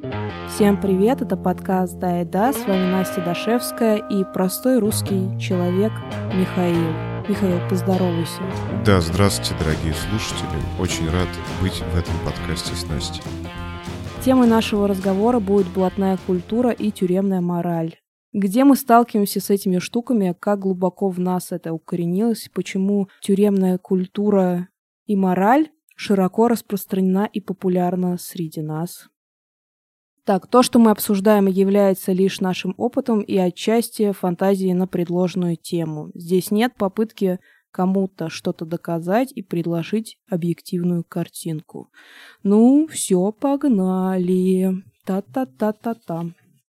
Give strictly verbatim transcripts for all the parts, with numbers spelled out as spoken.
Всем привет, это подкаст «Да и да», с вами Настя Дашевская и простой русский человек Михаил. Михаил, поздоровайся. Да, здравствуйте, дорогие слушатели. Очень рад быть в этом подкасте с Настей. Темой нашего разговора будет блатная культура и тюремная мораль. Где мы сталкиваемся с этими штуками, как глубоко в нас это укоренилось, почему тюремная культура и мораль широко распространена и популярна среди нас. Так, то, что мы обсуждаем, является лишь нашим опытом и отчасти фантазией на предложенную тему. Здесь нет попытки кому-то что-то доказать и предложить объективную картинку. Ну, все, погнали. Та-та-та-та-та.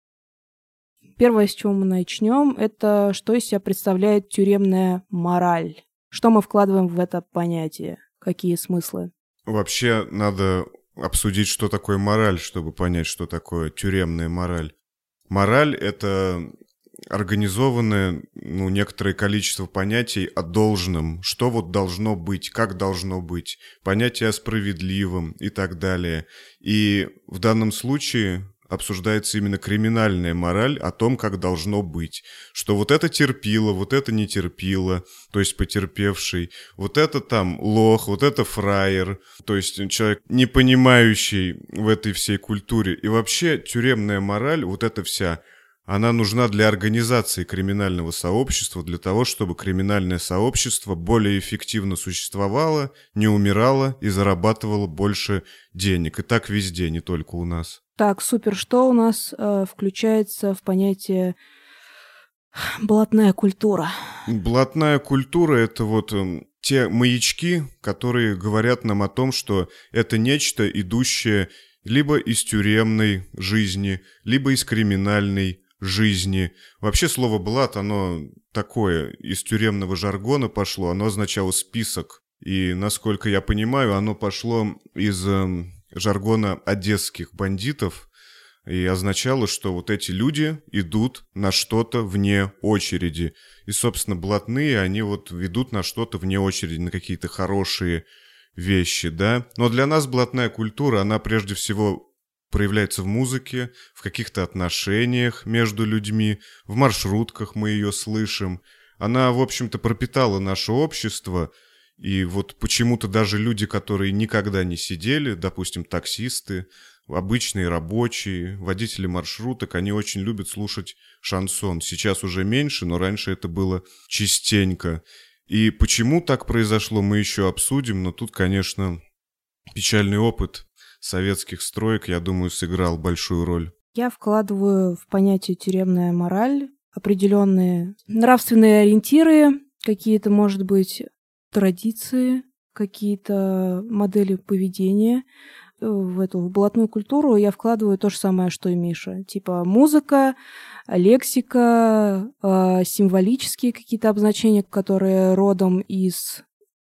Первое, с чего мы начнем, это что из себя представляет тюремная мораль. Что мы вкладываем в это понятие? Какие смыслы? Вообще надо обсудить, что такое мораль, чтобы понять, что такое тюремная мораль. Мораль — это организованное, ну, некоторое количество понятий о должном, что вот должно быть, как должно быть, понятие о справедливом и так далее. И в данном случае обсуждается именно криминальная мораль о том, как должно быть. Что вот это терпило, вот это не терпило, то есть потерпевший. Вот это там лох, вот это фраер, то есть человек, не понимающий в этой всей культуре. И вообще тюремная мораль, вот эта вся, она нужна для организации криминального сообщества, для того, чтобы криминальное сообщество более эффективно существовало, не умирало и зарабатывало больше денег. И так везде, не только у нас. Так, супер. Что у нас э, включается в понятие блатная культура? Блатная культура — это вот э, те маячки, которые говорят нам о том, что это нечто, идущее либо из тюремной жизни, либо из криминальной жизни. Вообще слово «блат», оно такое, из тюремного жаргона пошло, оно означало «список». И, насколько я понимаю, оно пошло из э, жаргона одесских бандитов и означало, что вот эти люди идут на что-то вне очереди. И, собственно, блатные, они вот ведут на что-то вне очереди, на какие-то хорошие вещи, да. Но для нас блатная культура, она прежде всего проявляется в музыке, в каких-то отношениях между людьми, в маршрутках мы ее слышим. Она, в общем-то, пропитала наше общество, и вот почему-то даже люди, которые никогда не сидели, допустим, таксисты, обычные рабочие, водители маршруток, они очень любят слушать шансон. Сейчас уже меньше, но раньше это было частенько. И почему так произошло, мы еще обсудим, но тут, конечно, печальный опыт советских строек, я думаю, сыграл большую роль. Я вкладываю в понятие тюремная мораль определенные нравственные ориентиры, какие-то, может быть, традиции, какие-то модели поведения. В эту в блатную культуру я вкладываю то же самое, что и Миша. Типа музыка, лексика, э, символические какие-то обозначения, которые родом из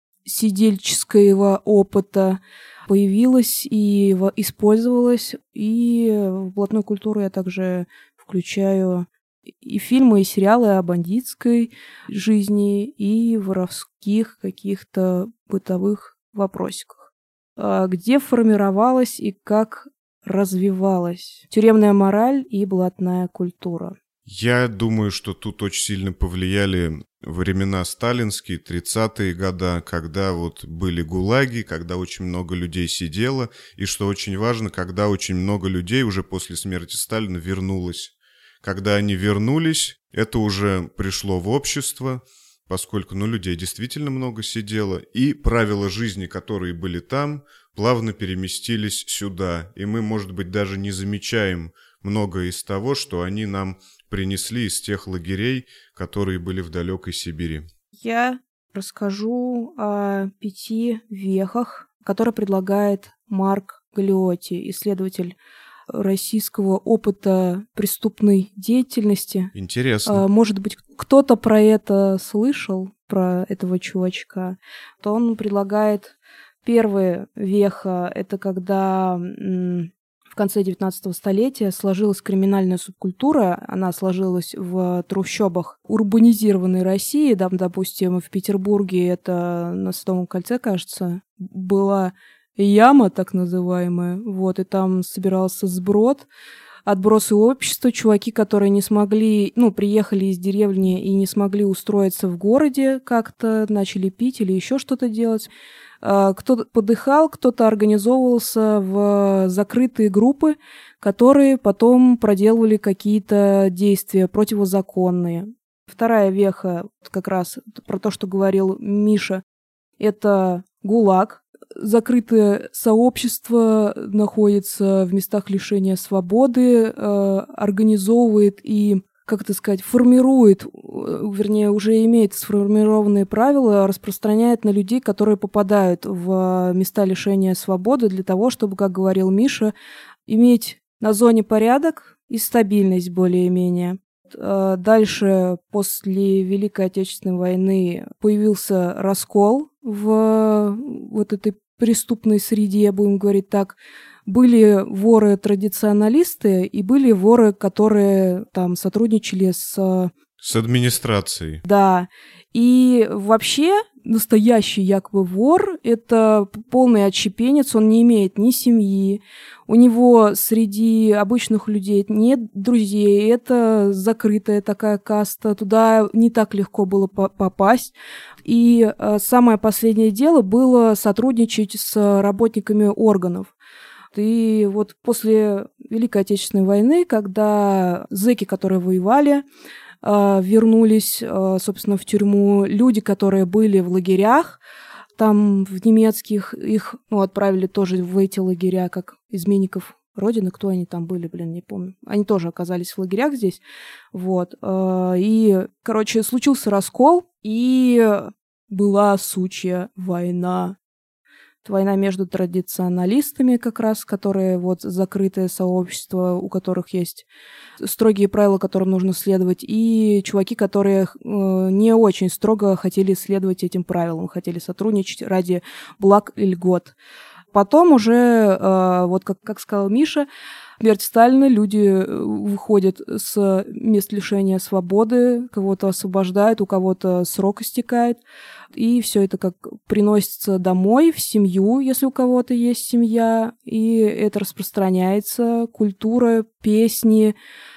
сидельческого опыта появилась и использовалась. И в блатную культуру я также включаю и фильмы, и сериалы о бандитской жизни, и воровских каких-то бытовых вопросиках. Где формировалась и как развивалась тюремная мораль и блатная культура? Я думаю, что тут очень сильно повлияли времена сталинские, тридцатые годы, когда вот были гулаги, когда очень много людей сидело, и, что очень важно, когда очень много людей уже после смерти Сталина вернулось. Когда они вернулись, это уже пришло в общество, поскольку, ну, людей действительно много сидело, и правила жизни, которые были там, плавно переместились сюда, и мы, может быть, даже не замечаем многое из того, что они нам принесли из тех лагерей, которые были в далекой Сибири. Я расскажу о пяти вехах, которые предлагает Марк Галиотти, исследователь российского опыта преступной деятельности. Интересно. Может быть, кто-то про это слышал, про этого чувачка. То он предлагает первая веха — это когда м, в конце девятнадцатого столетия сложилась криминальная субкультура. Она сложилась в трущобах урбанизированной России. Там, допустим, в Петербурге, это на Садовом кольце, кажется, была яма, так называемая, вот, и там собирался сброд, отбросы общества, чуваки, которые не смогли, ну, приехали из деревни и не смогли устроиться в городе как-то, начали пить или еще что-то делать. Кто-то подыхал, кто-то организовывался в закрытые группы, которые потом проделывали какие-то действия противозаконные. Вторая веха, как раз про то, что говорил Миша, это ГУЛАГ. Закрытое сообщество находится в местах лишения свободы, организовывает и, как это сказать, формирует, вернее, уже имеет сформированные правила, распространяет на людей, которые попадают в места лишения свободы для того, чтобы, как говорил Миша, иметь на зоне порядок и стабильность более-менее. Дальше, после Великой Отечественной войны, появился раскол в вот этой преступной среде, будем говорить так. Были воры-традиционалисты и были воры, которые там сотрудничали с... С администрацией. Да. И вообще настоящий якобы вор — это полный отщепенец, он не имеет ни семьи, у него среди обычных людей нет друзей, это закрытая такая каста, туда не так легко было по- попасть. И э, самое последнее дело было сотрудничать с работниками органов. И вот после Великой Отечественной войны, когда зэки, которые воевали, вернулись, собственно, в тюрьму, люди, которые были в лагерях, там в немецких, их ну, отправили тоже в эти лагеря, как изменников Родины, кто они там были, блин, не помню. Они тоже оказались в лагерях здесь, вот. И, короче, случился раскол, и была сучья война. Война между традиционалистами как раз, которые вот закрытое сообщество, у которых есть строгие правила, которым нужно следовать, и чуваки, которые э, не очень строго хотели следовать этим правилам, хотели сотрудничать ради благ и льгот. Потом уже, э, вот как, как сказал Миша, смерть Сталина, люди выходят с мест лишения свободы, кого-то освобождают, у кого-то срок истекает, и все это как приносится домой, в семью, если у кого-то есть семья, и это распространяется, культура, песни,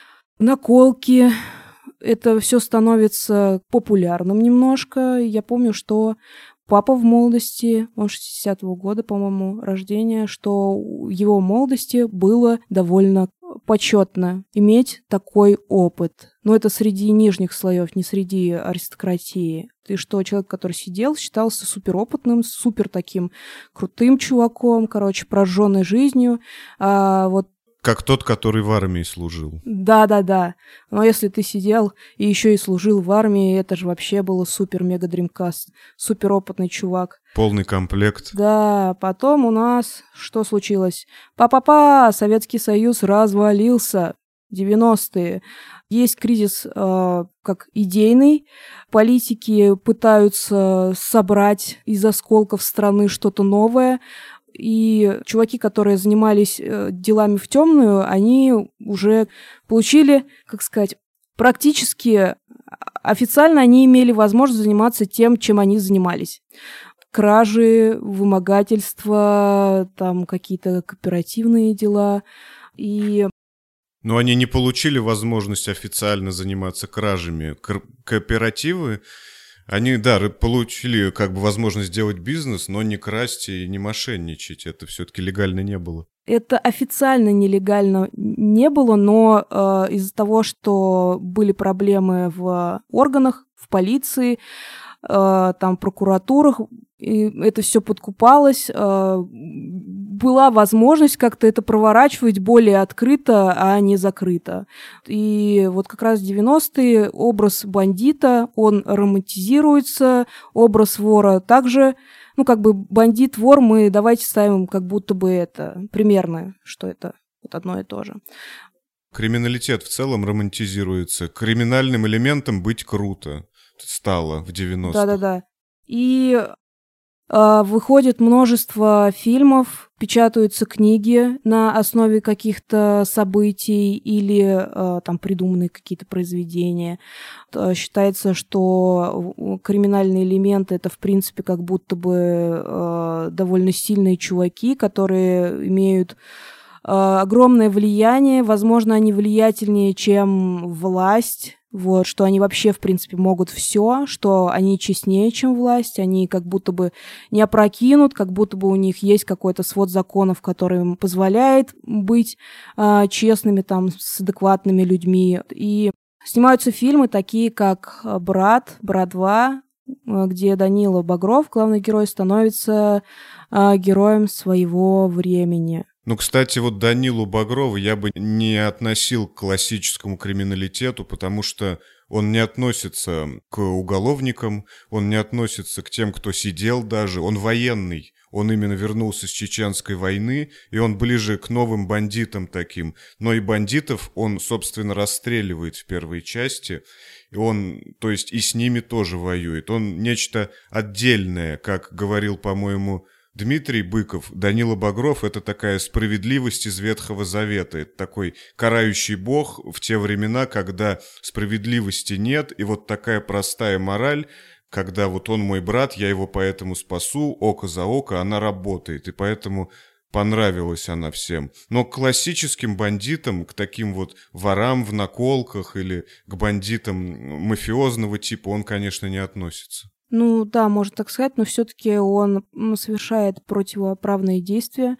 наколки, это все становится популярным немножко. Я помню, что папа в молодости, он шестидесятого года, по-моему, рождения, что в его молодости было довольно почетно иметь такой опыт. Но это среди нижних слоев, не среди аристократии. И что человек, который сидел, считался суперопытным, супер таким крутым чуваком, короче, прожженной жизнью. А вот как тот, который в армии служил. Да-да-да. Но если ты сидел и еще и служил в армии, это же вообще было супер-мега-дримкаст. Суперопытный чувак. Полный комплект. Да, потом у нас что случилось? Па-па-па! Советский Союз развалился. девяностые. Есть кризис э, как идейный. Политики пытаются собрать из осколков страны что-то новое. И чуваки, которые занимались э, делами в темную, они уже получили, как сказать, практически официально они имели возможность заниматься тем, чем они занимались. Кражи, вымогательства, там какие-то кооперативные дела. И... Но они не получили возможность официально заниматься кражами. Ко- кооперативы... Они, да, получили как бы возможность сделать бизнес, но не красть и не мошенничать. Это все-таки легально не было. Это официально нелегально не было, но э, из-за того, что были проблемы в органах, в полиции, э, там, прокуратурах, и это все подкупалось, э, была возможность как-то это проворачивать более открыто, а не закрыто. И вот как раз в девяностые образ бандита, он романтизируется, образ вора также, ну, как бы бандит-вор мы давайте ставим как будто бы это примерно, что это вот одно и то же. Криминалитет в целом романтизируется. Криминальным элементом быть круто стало в девяностых. Да-да-да. И Выходит множество фильмов, печатаются книги на основе каких-то событий или там придуманные какие-то произведения. Считается, что криминальные элементы — это, в принципе, как будто бы довольно сильные чуваки, которые имеют огромное влияние. Возможно, они влиятельнее, чем власть. Вот, что они вообще, в принципе, могут все, что они честнее, чем власть, они как будто бы не опрокинут, как будто бы у них есть какой-то свод законов, который им позволяет быть э, честными, там, с адекватными людьми. И снимаются фильмы такие, как «Брат», «Брат два», где Данила Багров, главный герой, становится э, героем своего времени. Ну, кстати, вот Данилу Багрова я бы не относил к классическому криминалитету, потому что он не относится к уголовникам, он не относится к тем, кто сидел даже, он военный. Он именно вернулся с Чеченской войны, и он ближе к новым бандитам таким. Но и бандитов он, собственно, расстреливает в первой части, и он, то есть, и с ними тоже воюет. Он нечто отдельное, как говорил, по-моему, Дмитрий Быков. Данила Багров — это такая справедливость из Ветхого Завета. Это такой карающий бог в те времена, когда справедливости нет, и вот такая простая мораль, когда вот он мой брат, я его поэтому спасу, око за око, она работает, и поэтому понравилась она всем. Но к классическим бандитам, к таким вот ворам в наколках или к бандитам мафиозного типа он, конечно, не относится. Ну да, можно так сказать, но все-таки он совершает противоправные действия,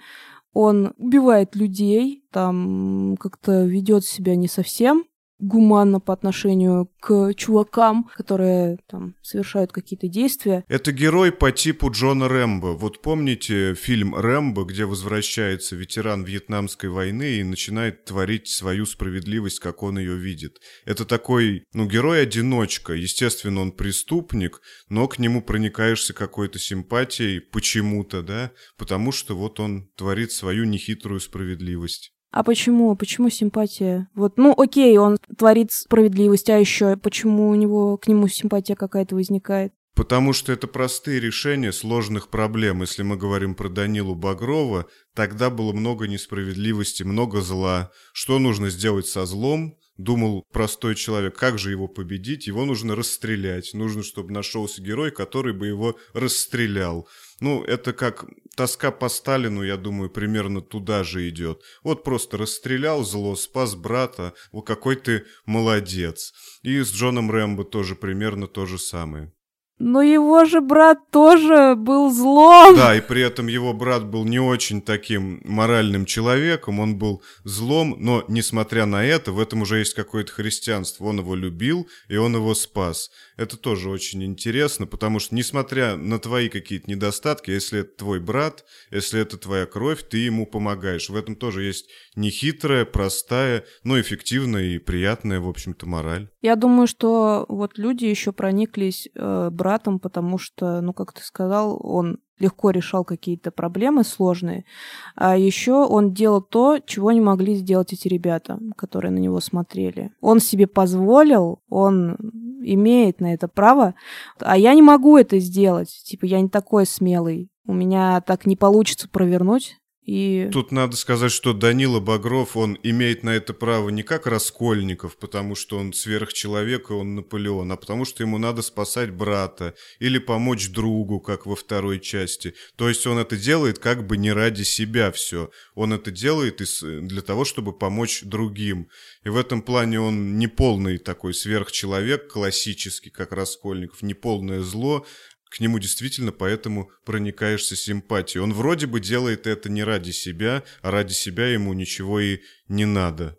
он убивает людей, там как-то ведет себя не совсем гуманно по отношению к чувакам, которые там совершают какие-то действия. Это герой по типу Джона Рэмбо. Вот помните фильм «Рэмбо», где возвращается ветеран Вьетнамской войны и начинает творить свою справедливость, как он ее видит. Это такой, ну, герой-одиночка. Естественно, он преступник, но к нему проникаешься какой-то симпатией почему-то, да, потому что вот он творит свою нехитрую справедливость. А почему? Почему симпатия? Вот, ну, окей, он творит справедливость, а еще почему у него к нему симпатия какая-то возникает? Потому что это простые решения сложных проблем. Если мы говорим про Данилу Багрова, тогда было много несправедливости, много зла. Что нужно сделать со злом? Думал простой человек, как же его победить? Его нужно расстрелять. Нужно, чтобы нашелся герой, который бы его расстрелял. Ну, это как тоска по Сталину, я думаю, примерно туда же идет. Вот просто расстрелял зло, спас брата, вот какой ты молодец. И с Джоном Рэмбо тоже примерно то же самое. Но его же брат тоже был злом. Да, и при этом его брат был не очень таким моральным человеком, он был злом, но, несмотря на это, в этом уже есть какое-то христианство. Он его любил, и он его спас. Это тоже очень интересно, потому что, несмотря на твои какие-то недостатки, если это твой брат, если это твоя кровь, ты ему помогаешь. В этом тоже есть нехитрая, простая, но эффективная и приятная, в общем-то, мораль. Я думаю, что вот люди еще прониклись э, братом, потому что, ну, как ты сказал, он легко решал какие-то проблемы сложные, а еще он делал то, чего не могли сделать эти ребята, которые на него смотрели. Он себе позволил, он имеет на это право, а я не могу это сделать. Типа, я не такой смелый, у меня так не получится провернуть. И... Тут надо сказать, что Данила Багров, он имеет на это право не как Раскольников, потому что он сверхчеловек и он Наполеон, а потому что ему надо спасать брата или помочь другу, как во второй части. То есть он это делает как бы не ради себя все. Он это делает для того, чтобы помочь другим. И в этом плане он не полный такой сверхчеловек, классический, как Раскольников, не полное зло. К нему действительно поэтому проникаешься симпатией. Он вроде бы делает это не ради себя, а ради себя ему ничего и не надо.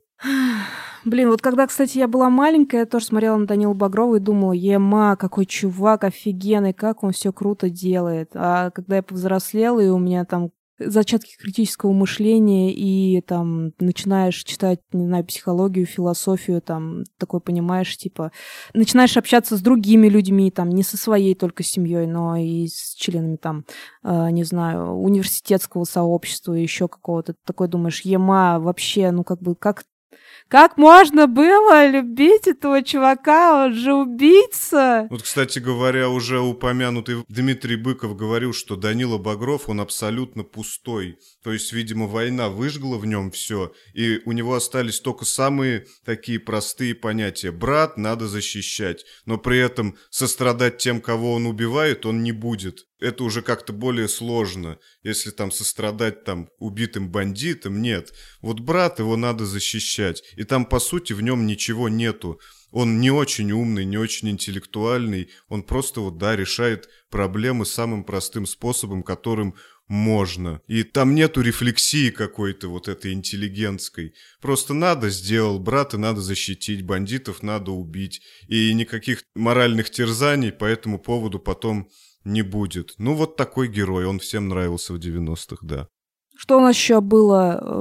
Блин, вот когда, кстати, я была маленькая, я тоже смотрела на Данилу Багрова и думала, ема, какой чувак офигенный, как он все круто делает. А когда я повзрослела, и у меня там зачатки критического мышления, и там начинаешь читать, не знаю, психологию, философию, там такой понимаешь, типа, начинаешь общаться с другими людьми, там, не со своей только семьей, но и с членами, там, э, не знаю, университетского сообщества, еще какого-то, такой думаешь, ема, вообще, ну, как бы, как Как можно было любить этого чувака? Он же убийца. Вот, кстати говоря, уже упомянутый Дмитрий Быков говорил, что Данила Багров, он абсолютно пустой. То есть, видимо, война выжгла в нем все, и у него остались только самые такие простые понятия. Брат надо защищать, но при этом сострадать тем, кого он убивает, он не будет. Это уже как-то более сложно, если там сострадать там убитым бандитам, нет. Вот брат, его надо защищать, и там, по сути, в нем ничего нету. Он не очень умный, не очень интеллектуальный, он просто вот, да, решает проблемы самым простым способом, которым можно. И там нету рефлексии какой-то вот этой интеллигентской. Просто надо, сделал брат, и надо защитить, бандитов надо убить. И никаких моральных терзаний по этому поводу потом не будет. Ну, вот такой герой, он всем нравился в девяностых, да. Что у нас еще было э,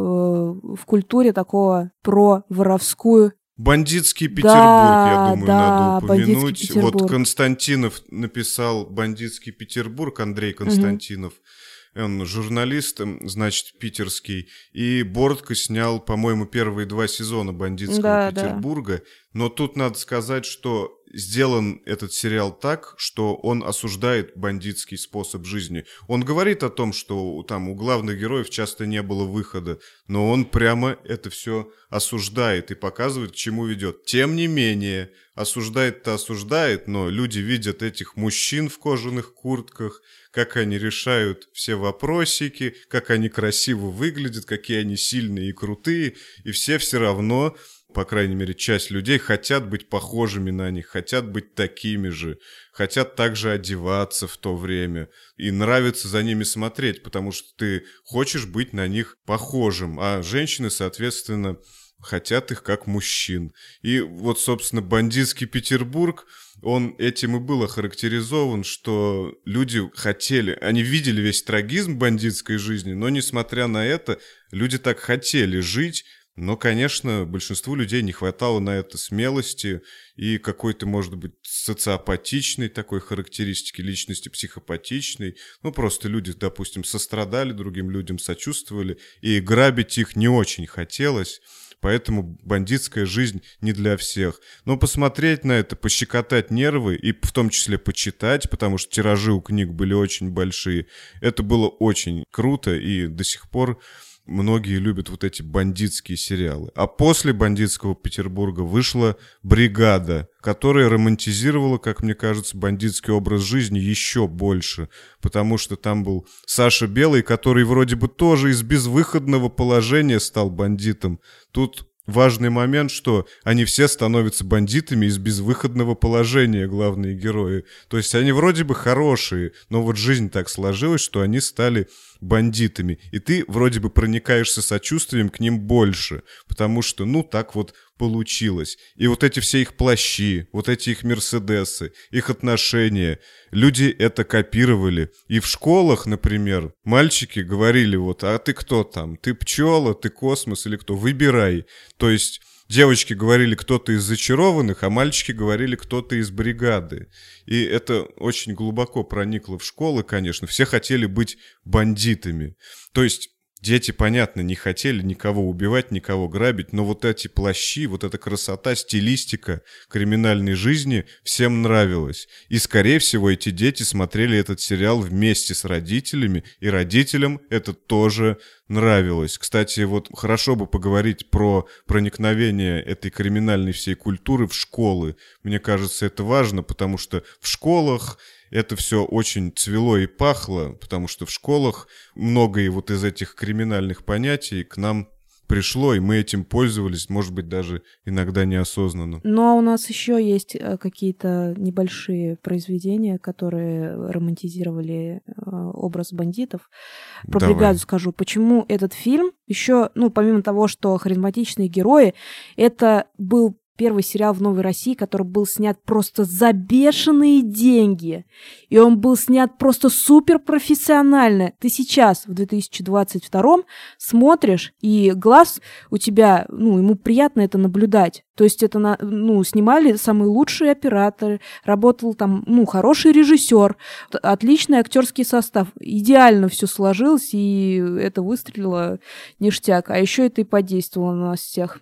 в культуре такого про воровскую? Бандитский Петербург, да, я думаю, да, надо упомянуть. Вот Константинов написал «Бандитский Петербург», Андрей Константинов. Угу. Он журналист, значит, питерский. И Бортко снял, по-моему, первые два сезона «Бандитского да, Петербурга». Да. Но тут надо сказать, что сделан этот сериал так, что он осуждает бандитский способ жизни. Он говорит о том, что там у главных героев часто не было выхода, но он прямо это все осуждает и показывает, к чему ведет. Тем не менее, осуждает-то осуждает, но люди видят этих мужчин в кожаных куртках, как они решают все вопросики, как они красиво выглядят, какие они сильные и крутые, и все все равно... По крайней мере, часть людей хотят быть похожими на них, хотят быть такими же, хотят также одеваться в то время. И нравится за ними смотреть, потому что ты хочешь быть на них похожим. А женщины, соответственно, хотят их как мужчин. И вот, собственно, «Бандитский Петербург», он этим и был охарактеризован, что люди хотели, они видели весь трагизм бандитской жизни, но, несмотря на это, люди так хотели жить. Но, конечно, большинству людей не хватало на это смелости и какой-то, может быть, социопатичной такой характеристики личности, психопатичной. Ну, просто люди, допустим, сострадали другим людям, сочувствовали, и грабить их не очень хотелось. Поэтому бандитская жизнь не для всех. Но посмотреть на это, пощекотать нервы и в том числе почитать, потому что тиражи у книг были очень большие, это было очень круто, и до сих пор... Многие любят вот эти бандитские сериалы. А после «Бандитского Петербурга» вышла «Бригада», которая романтизировала, как мне кажется, бандитский образ жизни еще больше. Потому что там был Саша Белый, который вроде бы тоже из безвыходного положения стал бандитом. Тут важный момент, что они все становятся бандитами из безвыходного положения, главные герои. То есть они вроде бы хорошие, но вот жизнь так сложилась, что они стали бандитами. И ты вроде бы проникаешься сочувствием к ним больше, потому что, ну, так вот получилось. И вот эти все их плащи, вот эти их мерседесы, их отношения, люди это копировали. И в школах, например, мальчики говорили вот, а ты кто там? Ты пчела, ты космос или кто? Выбирай. То есть... Девочки говорили кто-то из «Зачарованных», а мальчики говорили кто-то из «Бригады». И это очень глубоко проникло в школы, конечно. Все хотели быть бандитами. То есть дети, понятно, не хотели никого убивать, никого грабить, но вот эти плащи, вот эта красота, стилистика криминальной жизни всем нравилась. И, скорее всего, эти дети смотрели этот сериал вместе с родителями, и родителям это тоже нравилось. Кстати, вот хорошо бы поговорить про проникновение этой криминальной всей культуры в школы. Мне кажется, это важно, потому что в школах это все очень цвело и пахло, потому что в школах многое вот из этих криминальных понятий к нам пришло, и мы этим пользовались, может быть, даже иногда неосознанно. Но у нас еще есть какие-то небольшие произведения, которые романтизировали образ бандитов. Про Давай. «Бригаду» скажу. Почему этот фильм еще, ну, помимо того, что харизматичные герои, это был первый сериал в Новой России, который был снят просто за бешеные деньги. И он был снят просто суперпрофессионально. Ты сейчас, в две тысячи двадцать втором, смотришь, и глаз у тебя, ну, ему приятно это наблюдать. То есть это, ну, снимали самые лучшие операторы, работал там, ну, хороший режиссер, отличный актерский состав. Идеально все сложилось, и это выстрелило ништяк. А еще это и подействовало на нас всех.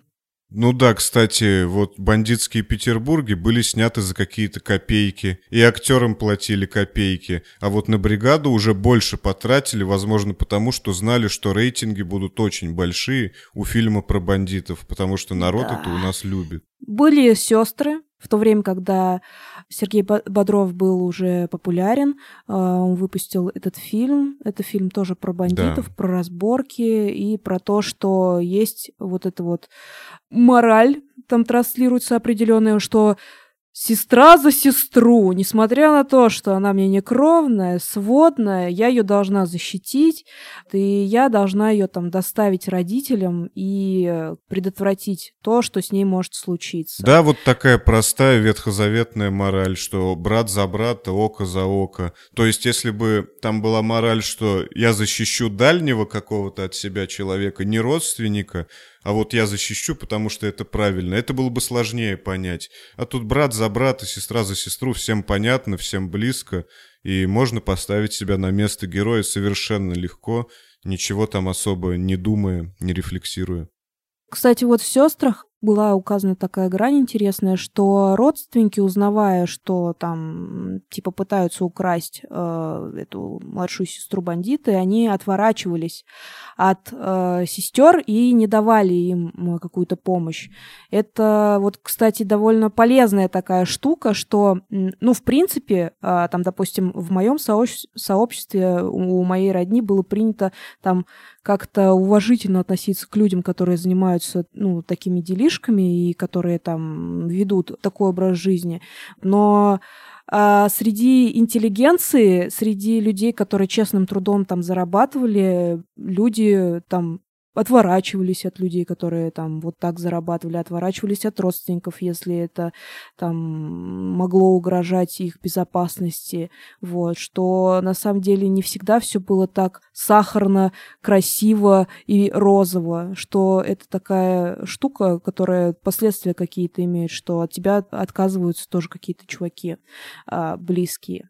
Ну да, кстати, вот «Бандитские Петербурги» были сняты за какие-то копейки, и актерам платили копейки, а вот на «Бригаду» уже больше потратили, возможно, потому что знали, что рейтинги будут очень большие у фильма про бандитов, потому что народ Да. это у нас любит. Были сестры. В то время, когда Сергей Бодров был уже популярен, он выпустил этот фильм. Это фильм тоже про бандитов, да. Про разборки и про то, что есть вот эта вот мораль, там транслируется определенная, что сестра за сестру, несмотря на то, что она мне не кровная, сводная, я ее должна защитить, и я должна ее там доставить родителям и предотвратить то, что с ней может случиться. Да, вот такая простая ветхозаветная мораль, что брат за брата, око за око. То есть, если бы там была мораль, что я защищу дальнего какого-то от себя человека, не родственника, а вот я защищу, потому что это правильно. Это было бы сложнее понять. А тут брат за брата, сестра за сестру, всем понятно, всем близко. И можно поставить себя на место героя совершенно легко, ничего там особо не думая, не рефлексируя. Кстати, вот в «Сестрах» была указана такая грань интересная, что родственники, узнавая, что там типа пытаются украсть э, эту младшую сестру бандиты, они отворачивались от э, сестер и не давали им какую-то помощь. Это вот, кстати, довольно полезная такая штука, что, ну, в принципе, э, там, допустим, в моем сообщ- сообществе у моей родни было принято там как-то уважительно относиться к людям, которые занимаются, ну, такими делишками, и которые там ведут такой образ жизни. Но а, среди интеллигенции, среди людей, которые честным трудом там зарабатывали, люди там отворачивались от людей, которые там вот так зарабатывали, отворачивались от родственников, если это там могло угрожать их безопасности. Вот, что на самом деле не всегда все было так сахарно, красиво и розово, что это такая штука, которая последствия какие-то имеет, что от тебя отказываются тоже какие-то чуваки а, близкие.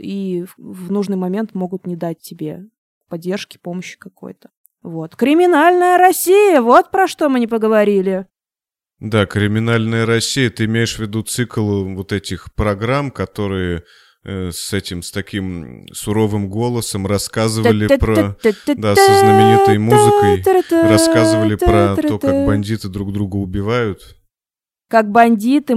И в нужный момент могут не дать тебе поддержки, помощи какой-то. Вот. «Криминальная Россия», вот про что мы не поговорили. Да, «Криминальная Россия», ты имеешь в виду цикл вот этих программ, которые э, с этим, с таким суровым голосом рассказывали про... Да, со знаменитой музыкой рассказывали про то, как бандиты друг друга убивают. Как бандиты,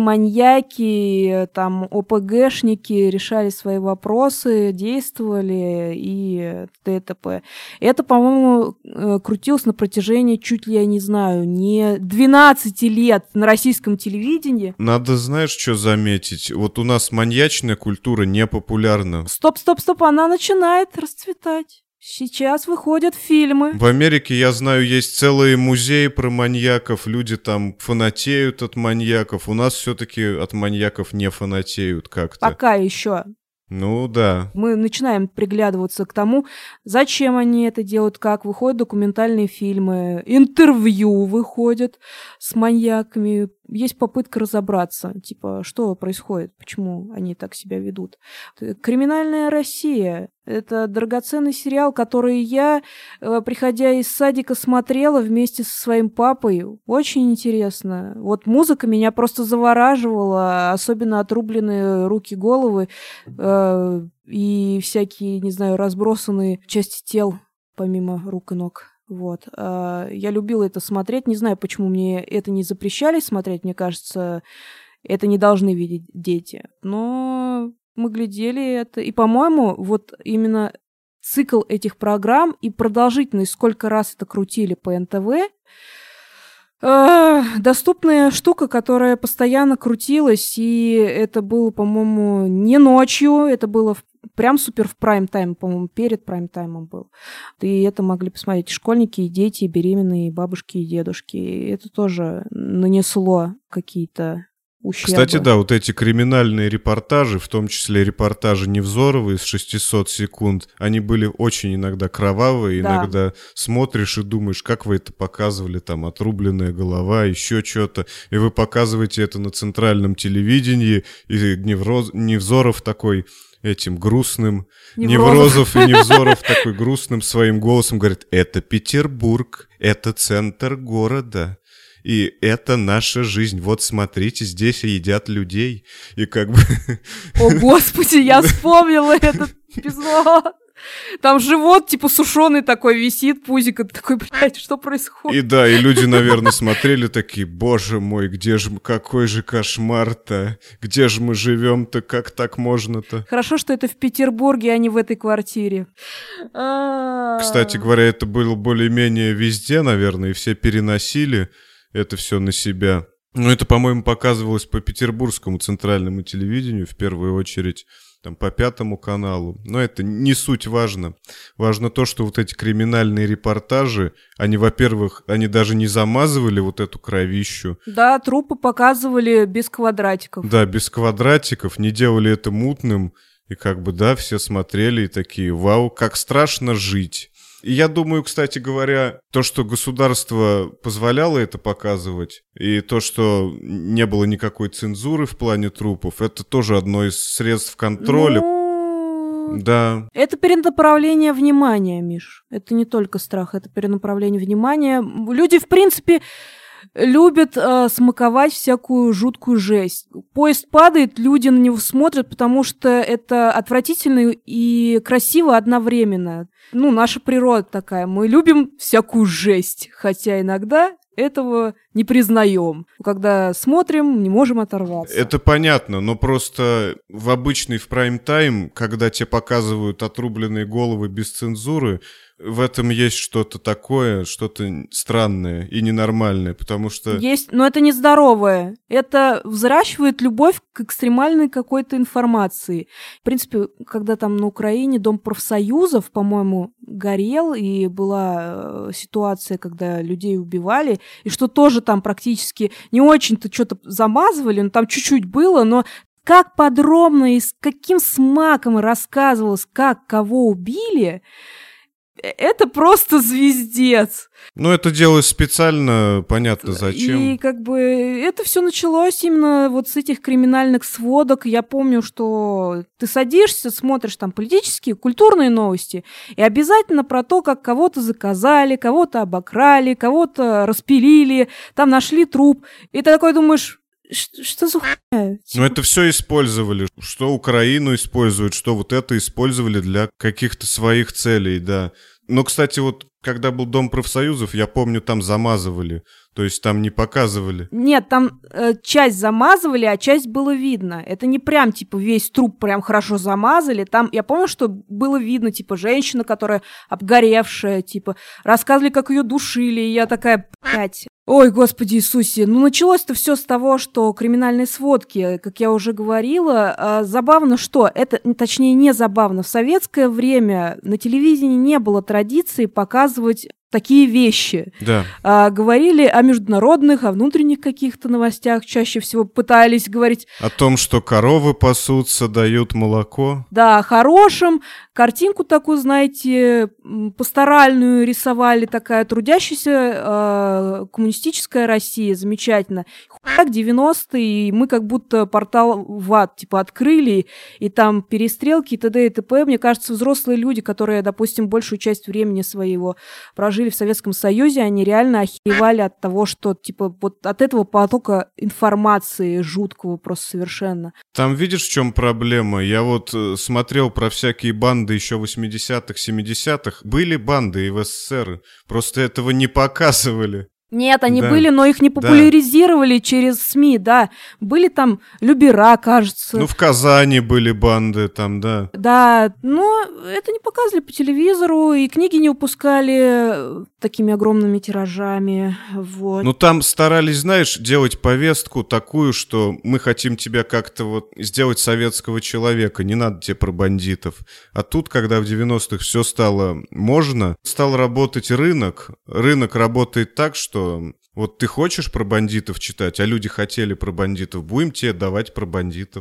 маньяки, там, ОПГшники решали свои вопросы, действовали и т.д. Это, по-моему, крутилось на протяжении, чуть ли я не знаю, не двенадцати лет на российском телевидении. Надо, знаешь, что заметить? Вот у нас маньячная культура не популярна. Стоп, стоп, стоп, она начинает расцветать. Сейчас выходят фильмы. В Америке, я знаю, есть целые музеи про маньяков, люди там фанатеют от маньяков. У нас все-таки от маньяков не фанатеют как-то. Пока еще. Ну да. Мы начинаем приглядываться к тому, зачем они это делают, как выходят документальные фильмы, интервью выходят с маньяками. Есть попытка разобраться, типа, что происходит, почему они так себя ведут. «Криминальная Россия» — это драгоценный сериал, который я, приходя из садика, смотрела вместе со своим папой. Очень интересно. Вот музыка меня просто завораживала, особенно отрубленные руки, головы э, и всякие, не знаю, разбросанные части тел, помимо рук и ног. Вот. Я любила это смотреть. Не знаю, почему мне это не запрещали смотреть. Мне кажется, это не должны видеть дети. Но мы глядели это. И, по-моему, вот именно цикл этих программ и продолжительность, сколько раз это крутили по эн тэ вэ, доступная штука, которая постоянно крутилась, и это было, по-моему, не ночью, это было в прям супер в прайм-тайм, по-моему, перед прайм-таймом был. И это могли посмотреть школьники, и дети, и беременные, и бабушки, и дедушки. И это тоже нанесло какие-то ущербы. Кстати, да, вот эти криминальные репортажи, в том числе репортажи Невзоровой из шестисот секунд, они были очень иногда кровавые, да. Иногда смотришь и думаешь, как вы это показывали, там, отрубленная голова, еще что-то, и вы показываете это на центральном телевидении, и Невроз... Невзоров такой... этим грустным, Неврозов. Неврозов и Невзоров такой грустным своим голосом говорит: это Петербург, это центр города. и это наша жизнь. Вот смотрите, здесь едят людей. И как бы... О, Господи, я вспомнила этот эпизод. Там живот, типа, сушеный такой висит, пузик, и ты такой, блядь, что происходит? И да, и люди, наверное, смотрели такие, боже мой, где же, какой же кошмар-то, где же мы живем-то, как так можно-то? Хорошо, что это в Петербурге, а не в этой квартире. Кстати говоря, это было более-менее везде, наверное, и все переносили это все на себя. Ну, это, по-моему, показывалось по петербургскому центральному телевидению в первую очередь. Там, по Пятому каналу. Но это не суть важно. Важно то, что вот эти криминальные репортажи, они, во-первых, они даже не замазывали вот эту кровищу. Да, трупы показывали без квадратиков. Да, без квадратиков, не делали это мутным. И как бы, да, все смотрели и такие, вау, как страшно жить. И я думаю, кстати говоря, то, что государство позволяло это показывать, и то, что не было никакой цензуры в плане трупов, это тоже одно из средств контроля. Ну... Да. Это перенаправление внимания, Миш. Это не только страх, это перенаправление внимания. Люди, в принципе, любят э, смаковать всякую жуткую жесть. Поезд падает, люди на него смотрят, потому что это отвратительно и красиво одновременно. Ну, наша природа такая. Мы любим всякую жесть, хотя иногда этого не признаем. Когда смотрим, не можем оторваться. Это понятно, но просто в обычный в прайм-тайм, когда тебе показывают отрубленные головы без цензуры, в этом есть что-то такое, что-то странное и ненормальное, потому что... Есть, но это нездоровое. Это взращивает любовь к экстремальной какой-то информации. В принципе, когда там на Украине Дом профсоюзов, по-моему, горел, и была ситуация, когда людей убивали, и что тоже там практически не очень-то что-то замазывали, но там чуть-чуть было, но как подробно и с каким смаком рассказывалось, как кого убили... Это просто звездец. Ну, это делалось специально, понятно, зачем. И как бы это все началось именно вот с этих криминальных сводок. Я помню, что ты садишься, смотришь там политические, культурные новости, и обязательно про то, как кого-то заказали, кого-то обокрали, кого-то распилили, там нашли труп. И ты такой думаешь... Что за хуйня? Ну, это все использовали. Что Украину используют, что вот это использовали для каких-то своих целей, да. Но, кстати, вот когда был Дом профсоюзов, я помню, там замазывали. То есть там не показывали. Нет, там э, часть замазывали, а часть было видно. Это не прям, типа, весь труп прям хорошо замазали. Там, я помню, что было видно, типа, женщина, которая обгоревшая, типа, рассказывали, как ее душили. И я такая, блядь... Ой, Господи Иисусе, ну началось-то все с того, что криминальные сводки, как я уже говорила, э, забавно, что это, точнее, не забавно, в советское время на телевидении не было традиции показывать такие вещи. Да. А, говорили о международных, о внутренних каких-то новостях, чаще всего пытались говорить... О том, что коровы пасутся, дают молоко. Да, о хорошем. Картинку такую, знаете, пасторальную рисовали, такая трудящаяся э, коммунистическая Россия, замечательно. Хуяк, девяностые, и мы как будто портал в ад, типа, открыли, и там перестрелки и т.д. и т.п. Мне кажется, взрослые люди, которые, допустим, большую часть времени своего прожили жили в Советском Союзе, они реально охеревали от того, что, типа, вот от этого потока информации жуткого просто совершенно. Там видишь, в чем проблема? Я вот э, смотрел про всякие банды еще восьмидесятых, семидесятых. Были банды и в СССР, просто этого не показывали. Нет, они да. были, но их не популяризировали да. через СМИ, да. Были там Любера, кажется. Ну, в Казани были банды там, да. Да, но это не показывали по телевизору, и книги не выпускали такими огромными тиражами, вот. Ну, там старались, знаешь, делать повестку такую, что мы хотим тебя как-то вот сделать советского человека, не надо тебе про бандитов. А тут, когда в девяностых все стало можно, стал работать рынок. Рынок работает так, что вот ты хочешь про бандитов читать, а люди хотели про бандитов, будем тебе давать про бандитов.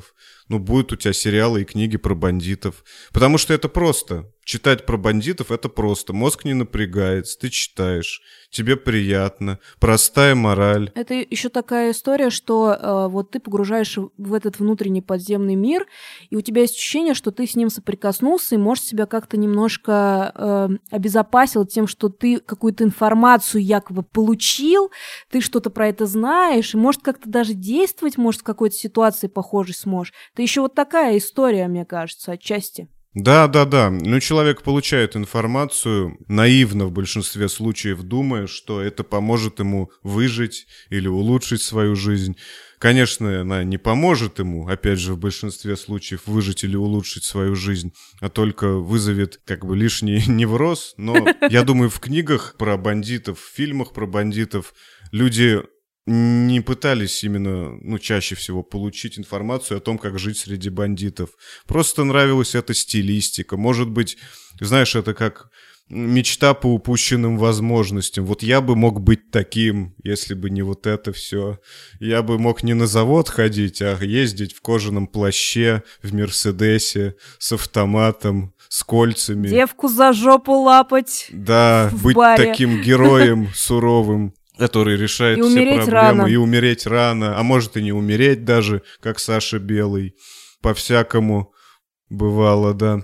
ну, будут у тебя сериалы и книги про бандитов. Потому что это просто. Читать про бандитов — это просто. Мозг не напрягается, ты читаешь, тебе приятно, простая мораль. Это еще такая история, что э, вот ты погружаешь в этот внутренний подземный мир, и у тебя есть ощущение, что ты с ним соприкоснулся и, может, себя как-то немножко э, обезопасил тем, что ты какую-то информацию якобы получил, ты что-то про это знаешь, и, может, как-то даже действовать, может, в какой-то ситуации похожей сможешь. Это еще вот такая история, мне кажется, отчасти. Да, да, да. Ну, человек получает информацию, наивно в большинстве случаев думая, что это поможет ему выжить или улучшить свою жизнь. Конечно, она не поможет ему, опять же, в большинстве случаев выжить или улучшить свою жизнь, а только вызовет как бы лишний невроз. Но я думаю, в книгах про бандитов, в фильмах про бандитов люди не пытались именно, ну, чаще всего получить информацию о том, как жить среди бандитов. Просто нравилась эта стилистика. Может быть, знаешь, это как мечта по упущенным возможностям. Вот я бы мог быть таким, если бы не вот это все. Я бы мог не на завод ходить, а ездить в кожаном плаще, в Мерседесе, с автоматом, с кольцами. Девку за жопу лапать. Да, в быть баре. таким героем суровым, который решает И все умереть проблемы, рано. и умереть рано, а может и не умереть даже, как Саша Белый. По-всякому бывало, да.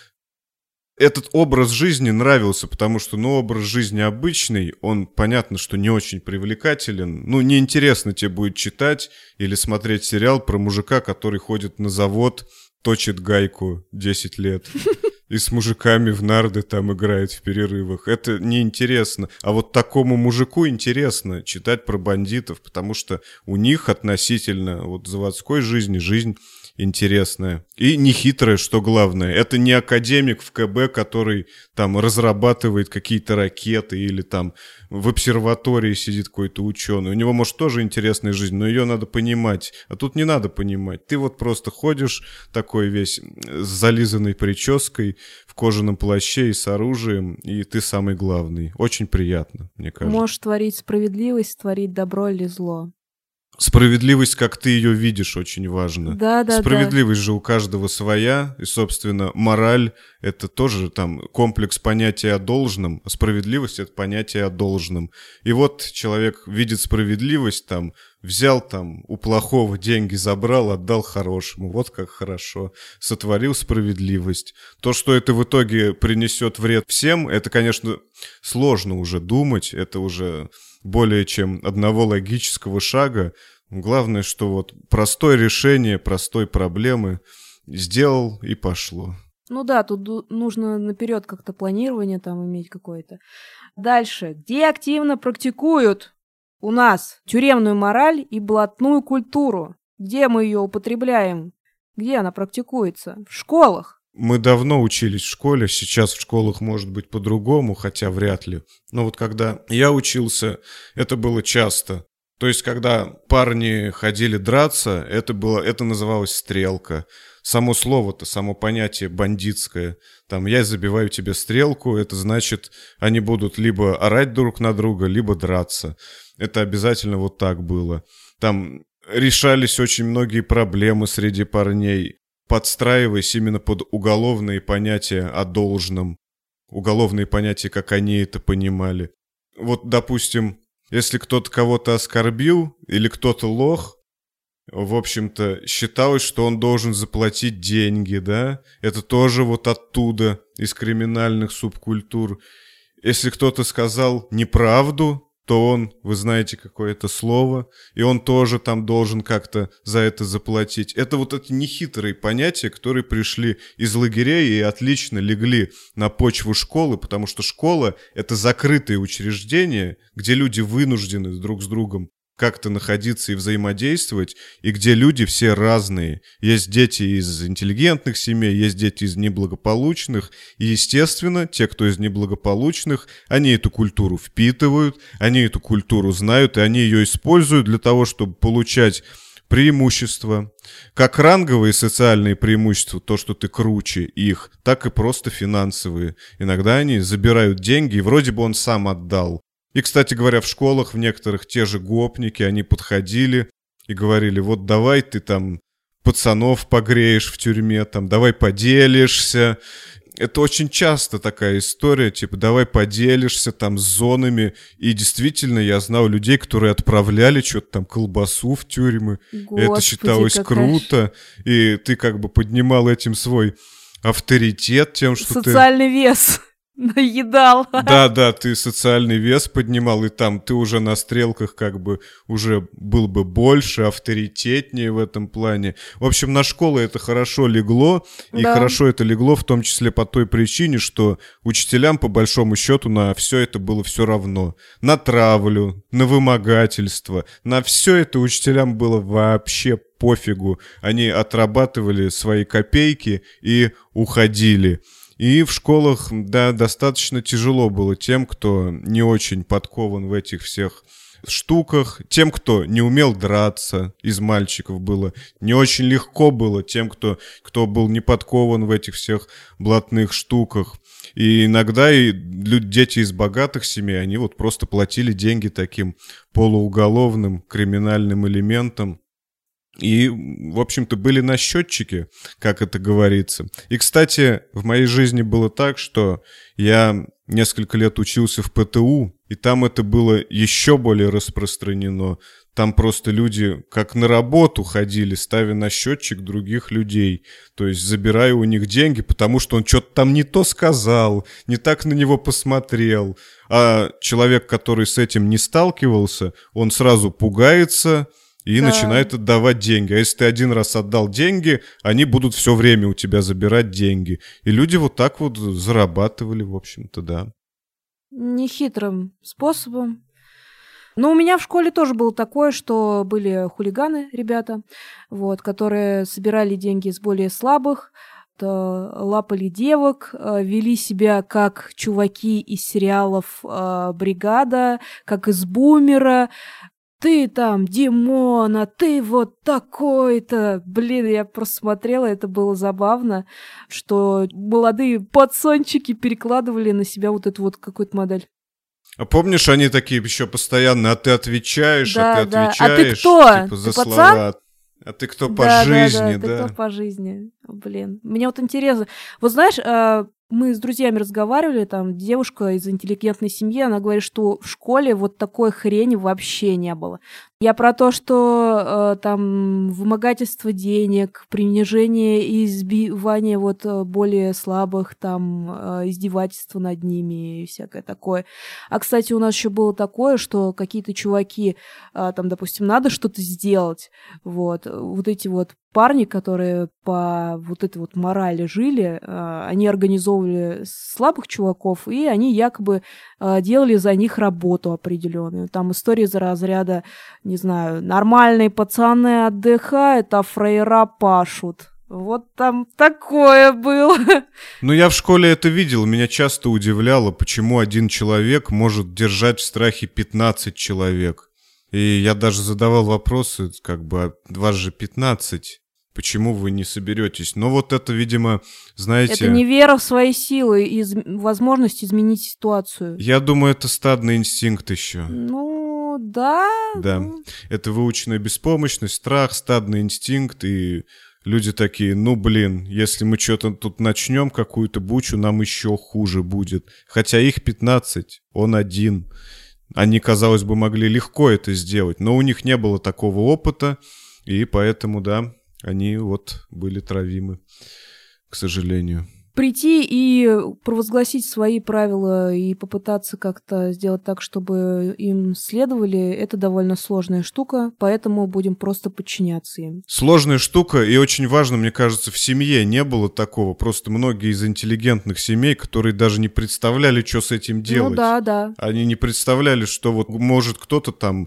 Этот образ жизни нравился, потому что, ну, образ жизни обычный, он, понятно, что не очень привлекателен. Ну, неинтересно тебе будет читать или смотреть сериал про мужика, который ходит на завод, точит гайку десять лет. И с мужиками в нарды там играет в перерывах. Это неинтересно. А вот такому мужику интересно читать про бандитов, потому что у них относительно вот заводской жизни жизнь интересная. И нехитрая, что главное. Это не академик в ка бэ, который там разрабатывает какие-то ракеты или там в обсерватории сидит какой-то ученый. У него, может, тоже интересная жизнь, но ее надо понимать. А тут не надо понимать. Ты вот просто ходишь такой весь с зализанной прической, в кожаном плаще и с оружием, и ты самый главный. Очень приятно, мне кажется. Можешь творить справедливость, творить добро или зло. Справедливость, как ты ее видишь, очень важно. Да, да, Справедливость да. же у каждого своя, и, собственно, мораль — это тоже там комплекс понятия о должном, а справедливость — это понятие о должном. И вот человек видит справедливость, там, взял там у плохого деньги, забрал, отдал хорошему. Вот как хорошо. Сотворил справедливость. То, что это в итоге принесет вред всем, это, конечно, сложно уже думать, это уже более чем одного логического шага. Главное, что вот простое решение простой проблемы сделал и пошло. Ну да, тут нужно наперед как-то планирование там иметь какое-то. Дальше. Где активно практикуют у нас тюремную мораль и блатную культуру? Где мы ее употребляем? Где она практикуется? В школах. Мы давно учились в школе, сейчас в школах может быть по-другому, хотя вряд ли. Но вот когда я учился, это было часто. То есть, когда парни ходили драться, это было, это называлось стрелка. Само слово-то, само понятие бандитское. Там «я забиваю тебе стрелку», это значит, они будут либо орать друг на друга, либо драться. Это обязательно вот так было. Там решались очень многие проблемы среди парней, подстраиваясь именно под уголовные понятия о должном. Уголовные понятия, как они это понимали. Вот, допустим, если кто-то кого-то оскорбил или кто-то лох, в общем-то, считалось, что он должен заплатить деньги, да? Это тоже вот оттуда, из криминальных субкультур. Если кто-то сказал неправду, то он, вы знаете, какое-то слово, и он тоже там должен как-то за это заплатить. Это вот эти нехитрые понятия, которые пришли из лагерей и отлично легли на почву школы, потому что школа — это закрытое учреждение, где люди вынуждены друг с другом как-то находиться и взаимодействовать, и где люди все разные. Есть дети из интеллигентных семей, есть дети из неблагополучных, и, естественно, те, кто из неблагополучных, они эту культуру впитывают, они эту культуру знают, и они ее используют для того, чтобы получать преимущества, как ранговые социальные преимущества, то, что ты круче их, так и просто финансовые. Иногда они забирают деньги, и вроде бы он сам отдал. И, кстати говоря, в школах в некоторых те же гопники, они подходили и говорили: вот давай ты там пацанов погреешь в тюрьме, там, давай поделишься. Это очень часто такая история, типа, давай поделишься там с зонами. И действительно, я знал людей, которые отправляли что-то там, колбасу в тюрьмы. Господи, это считалось какая... круто. И ты как бы поднимал этим свой авторитет тем, что Социальный ты... Социальный вес. Наедал. Да, да, ты социальный вес поднимал, и там ты уже на стрелках как бы уже был бы больше, авторитетнее в этом плане. В общем, на школу это хорошо легло, и да. хорошо это легло в том числе по той причине, что учителям по большому счету на все это было все равно. На травлю, на вымогательство, на все это учителям было вообще пофигу. Они отрабатывали свои копейки и уходили. И в школах, да, достаточно тяжело было тем, кто не очень подкован в этих всех штуках, тем, кто не умел драться, из мальчиков было не очень легко было, тем, кто, кто был не подкован в этих всех блатных штуках. И иногда и люди, дети из богатых семей, они вот просто платили деньги таким полууголовным криминальным элементам. И, в общем-то, были на счетчике, как это говорится. И, кстати, в моей жизни было так, что я несколько лет учился в пэ тэ у, и там это было еще более распространено. Там просто люди как на работу ходили, ставя на счетчик других людей. То есть забирая у них деньги, потому что он что-то там не то сказал, не так на него посмотрел. А человек, который с этим не сталкивался, он сразу пугается и да. начинает отдавать деньги. А если ты один раз отдал деньги, они будут все время у тебя забирать деньги. И люди вот так вот зарабатывали, в общем-то, да. Нехитрым способом. Но у меня в школе тоже было такое, что были хулиганы, ребята, вот, которые собирали деньги с более слабых, лапали девок, вели себя как чуваки из сериалов «Бригада», как из «Бумера». Ты там, Димона, ты вот такой-то. Блин, я просто смотрела, это было забавно, что молодые пацанчики перекладывали на себя вот эту вот какую-то модель. А помнишь, они такие еще постоянно, а ты отвечаешь, да, а ты да. отвечаешь, а ты кто? типа, за ты слова. Пацан? А ты кто да, по да, жизни, да, да? Ты кто по жизни, блин. Мне вот интересно. Вот знаешь, мы с друзьями разговаривали, там девушка из интеллигентной семьи, она говорит, что в школе вот такой хрени вообще не было. Я про то, что э, там вымогательство денег, принижение и избивание вот более слабых, там э, издевательство над ними и всякое такое. А, кстати, у нас еще было такое, что какие-то чуваки, э, там, допустим, надо что-то сделать, вот, вот эти вот парни, которые по вот этой вот морали жили, э, они организовывали слабых чуваков, и они якобы э, делали за них работу определенную. Там истории за разряда, не знаю, нормальные пацаны отдыхают, а фрейра пашут. Вот там такое было. Ну, я в школе это видел. Меня часто удивляло, почему один человек может держать в страхе пятнадцать человек. И я даже задавал вопросы, как бы, а вас же пятнадцать. Почему вы не соберетесь? Но вот это, видимо, знаете... Это не вера в свои силы и из... возможность изменить ситуацию. Я думаю, это стадный инстинкт еще. Ну, да. Да. Ну... Это выученная беспомощность, страх, стадный инстинкт. И люди такие, ну, блин, если мы что-то тут начнем, какую-то бучу, нам еще хуже будет. Хотя их пятнадцать, он один. Они, казалось бы, могли легко это сделать, но у них не было такого опыта. И поэтому, да... Они вот были травимы, к сожалению. Прийти и провозгласить свои правила и попытаться как-то сделать так, чтобы им следовали, это довольно сложная штука, поэтому будем просто подчиняться им. Сложная штука, и очень важно, мне кажется, в семье не было такого. Просто многие из интеллигентных семей, которые даже не представляли, что с этим делать. Ну да, да. Они не представляли, что вот может кто-то там...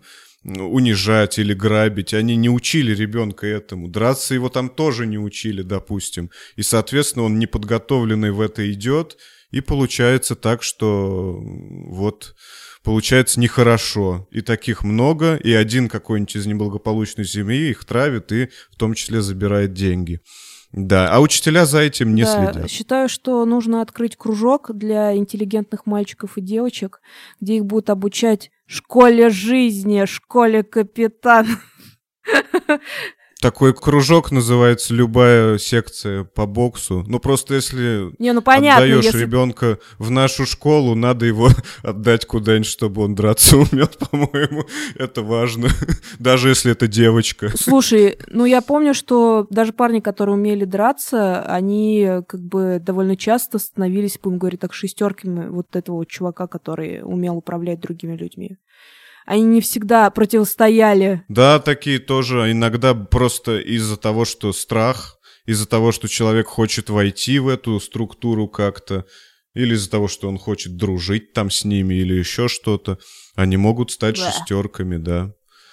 унижать или грабить. Они не учили ребенка этому. Драться его там тоже не учили, допустим. И, соответственно, он неподготовленный в это идет. И получается так, что вот получается нехорошо. И таких много. И один какой-нибудь из неблагополучной семьи их травит и в том числе забирает деньги. Да, а учителя за этим не да, следят. Считаю, что нужно открыть кружок для интеллигентных мальчиков и девочек, где их будут обучать школе жизни, школе капитан. Такой кружок называется любая секция по боксу. Ну просто если Не, ну, понятно, отдаешь если... ребенка в нашу школу, надо его отдать куда-нибудь, чтобы он драться умел, по-моему. Это важно. Даже если это девочка. Слушай, ну я помню, что даже парни, которые умели драться, они как бы довольно часто становились, будем говорить так, шестерками вот этого вот чувака, который умел управлять другими людьми. Они не всегда противостояли. Да, такие тоже иногда просто из-за того, что страх, из-за того, что человек хочет войти в эту структуру как-то, или из-за того, что он хочет дружить там с ними, или еще что-то, они могут стать Да. шестерками, да.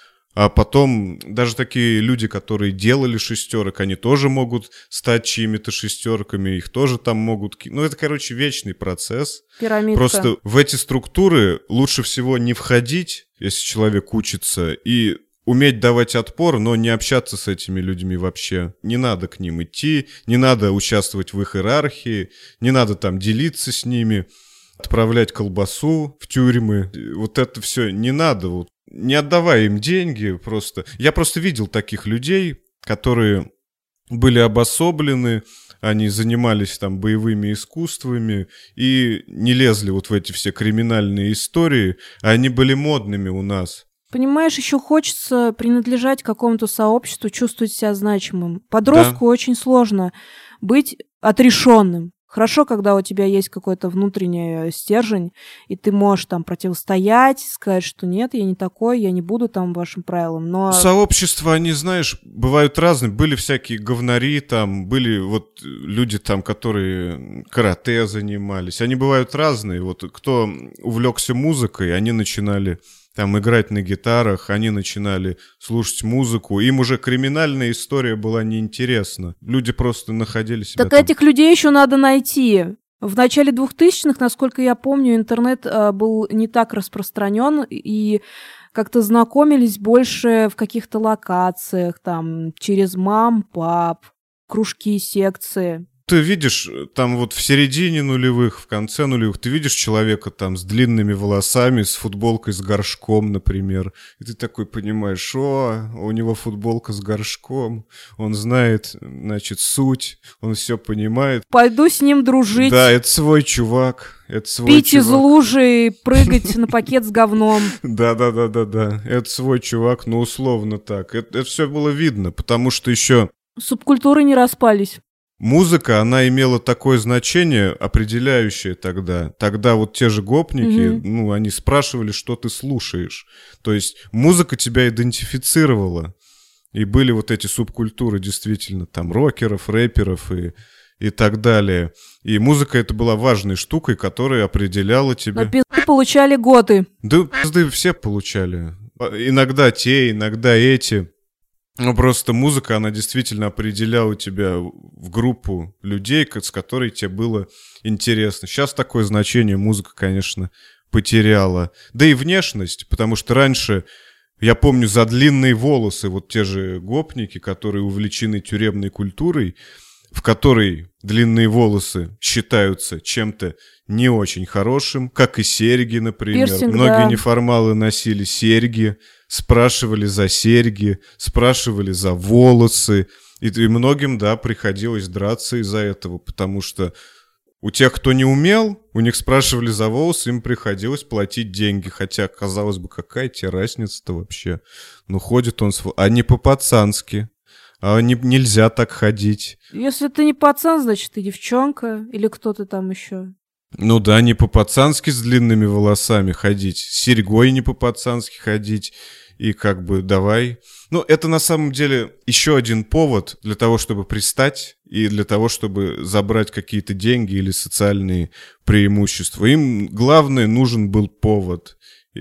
А потом даже такие люди, которые делали шестерок, они тоже могут стать чьими-то шестерками, их тоже там могут... ки- Ну, это, короче, вечный процесс. Пирамидка. Просто в эти структуры лучше всего не входить, если человек учится, и уметь давать отпор, но не общаться с этими людьми вообще. Не надо к ним идти, не надо участвовать в их иерархии, не надо там делиться с ними, отправлять колбасу в тюрьмы. Вот это все не надо. Вот. Не отдавай им деньги просто. Я просто видел таких людей, которые были обособлены, они занимались там боевыми искусствами и не лезли вот в эти все криминальные истории, а они были модными у нас. Понимаешь, еще хочется принадлежать какому-то сообществу, чувствовать себя значимым. Подростку Да. очень сложно быть отрешенным. Хорошо, когда у тебя есть какой-то внутренний стержень, и ты можешь там противостоять, сказать, что нет, я не такой, я не буду там вашим правилам, но... Сообщества, они, знаешь, бывают разные. Были всякие говнари там, были вот люди там, которые карате занимались. Они бывают разные. Вот кто увлекся музыкой, они начинали там играть на гитарах, они начинали слушать музыку. Им уже криминальная история была неинтересна. Люди просто находили себя Так там. этих людей еще надо найти. В начале двухтысячных, насколько я помню, интернет э, был не так распространен, и как-то знакомились больше в каких-то локациях, там, через мам, пап, кружки, секции. Ты видишь, там вот в середине нулевых, в конце нулевых, ты видишь человека там с длинными волосами, с футболкой с горшком, например. И ты такой понимаешь, о, у него футболка с горшком, он знает, значит, суть, он все понимает. Пойду с ним дружить. Да, это свой чувак, это свой Пить чувак. из лужи и прыгать на пакет с говном. Да-да-да-да-да, это свой чувак, ну условно так. Это, это все было видно, потому что еще... Субкультуры не распались. Музыка, она имела такое значение, определяющее тогда. Тогда вот те же гопники, Мгм. ну, они спрашивали, что ты слушаешь. То есть музыка тебя идентифицировала. И были вот эти субкультуры, действительно, там, рокеров, рэперов и, и так далее. И музыка это была важной штукой, которая определяла тебя. На пизды получали готы. Да пизды все получали. Иногда те, иногда эти. Ну, просто музыка, она действительно определяла тебя в группу людей, с которой тебе было интересно. Сейчас такое значение музыка, конечно, потеряла. Да и внешность, потому что раньше, я помню, за длинные волосы, вот те же гопники, которые увлечены тюремной культурой, в которой длинные волосы считаются чем-то не очень хорошим, как и серьги, например. Пирсинг, Многие да. неформалы носили серьги, спрашивали за серьги, спрашивали за волосы. И, и многим, да, приходилось драться из-за этого, потому что у тех, кто не умел, у них спрашивали за волосы, им приходилось платить деньги. Хотя, казалось бы, какая тебе разница-то вообще? Ну, ходит он, с... а не по-пацански. А не, нельзя так ходить. Если ты не пацан, значит, ты девчонка или кто-то там еще. Ну да, не по-пацански с длинными волосами ходить, с серьгой не по-пацански ходить, и как бы давай. Ну, это на самом деле еще один повод для того, чтобы пристать, и для того, чтобы забрать какие-то деньги или социальные преимущества. Им, главное, нужен был повод.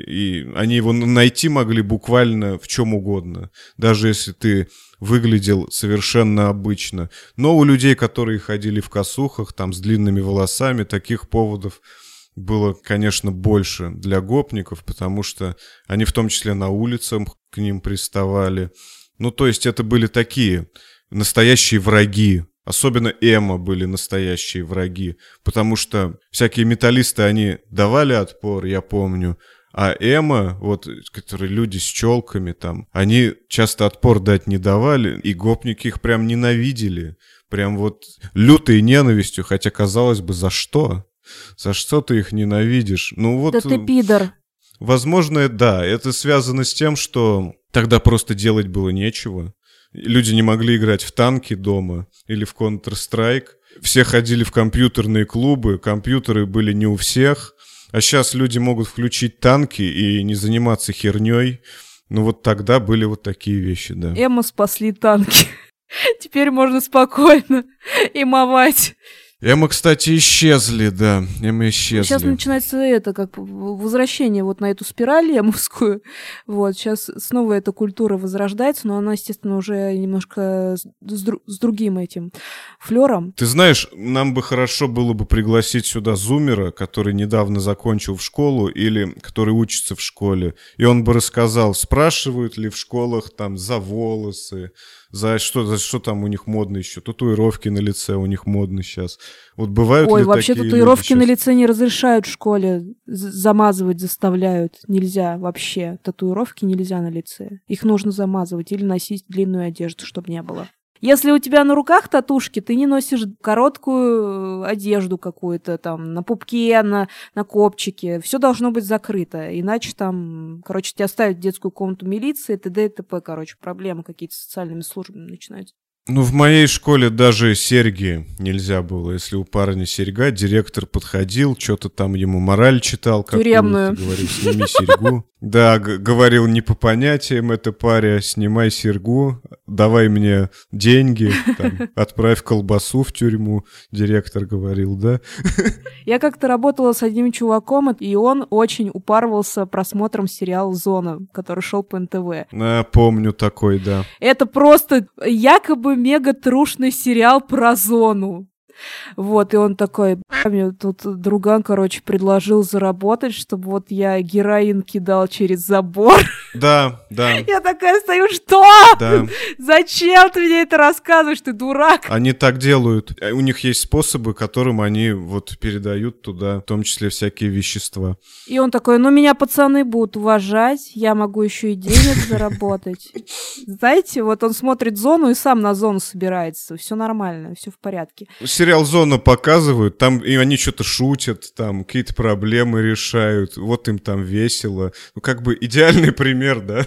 И они его найти могли буквально в чем угодно, даже если ты выглядел совершенно обычно. Но у людей, которые ходили в косухах, там, с длинными волосами, таких поводов было, конечно, больше для гопников, потому что они в том числе на улицах к ним приставали. Ну, то есть это были такие настоящие враги. Особенно эмо были настоящие враги, потому что всякие металлисты, они давали отпор, я помню, А эмо, вот, которые люди с челками там, они часто отпор дать не давали, и гопники их прям ненавидели. Прям вот лютой ненавистью, хотя, казалось бы, за что? За что ты их ненавидишь? Ну вот... Да ты пидор. Возможно, да, это связано с тем, что тогда просто делать было нечего. Люди не могли играть в танки дома или в Counter-Strike. Все ходили в компьютерные клубы, компьютеры были не у всех. А сейчас люди могут включить танки и не заниматься херней. Ну вот тогда были вот такие вещи, да. Эмо спасли танки. Теперь можно спокойно эмовать. Эмо, кстати, исчезли, да. Эмо исчезли. Сейчас начинается это, как возвращение вот на эту спираль эмовскую. Вот, сейчас снова эта культура возрождается, но она, естественно, уже немножко с, дру- с другим этим флером. Ты знаешь, нам бы хорошо было бы пригласить сюда зумера, который недавно закончил в школу или который учится в школе. И он бы рассказал, спрашивают ли в школах там за волосы, за что, за что там у них модно еще, татуировки на лице у них модны сейчас. Вот бывают Ой, ли вообще такие татуировки люди на сейчас? лице не разрешают в школе, з- замазывать заставляют. Нельзя вообще. Татуировки нельзя на лице. Их нужно замазывать или носить длинную одежду, чтобы не было. Если у тебя на руках татушки, ты не носишь короткую одежду какую-то там на пупке, на, на копчике. Все должно быть закрыто. Иначе там, короче, тебя ставят в детскую комнату милиции, т.д. и т.п. Короче, проблемы какие-то с социальными службами начинаются. Ну, в моей школе даже серьги нельзя было. Если у парня серьга, директор подходил, что-то там ему мораль читал. Тюремную. Говорил, сними серьгу. Да, г- говорил, не по понятиям это паря, снимай серьгу, давай мне деньги, там, отправь колбасу в тюрьму, директор говорил, да. Я как-то работала с одним чуваком, и он очень упарывался просмотром сериала «Зона», который шел по эн тэ вэ. А, помню такой, да. Это просто якобы мега-трушный сериал про зону. Вот, и он такой, «Бля, мне тут друган, короче, предложил заработать, чтобы вот я героин кидал через забор». Да, да, Я такая стою, что? да. Зачем ты мне это рассказываешь, ты дурак? Они так делают. У них есть способы, которым они вот передают туда, в том числе всякие вещества. И он такой, ну меня пацаны будут уважать, я могу еще и денег заработать. Знаете, вот он смотрит «Зону» и сам на «Зону» собирается. Все нормально, все в порядке. Сериал «Зона» показывают, там и они что-то шутят, там какие-то проблемы решают, вот им там весело. Ну, как бы идеальный пример, да?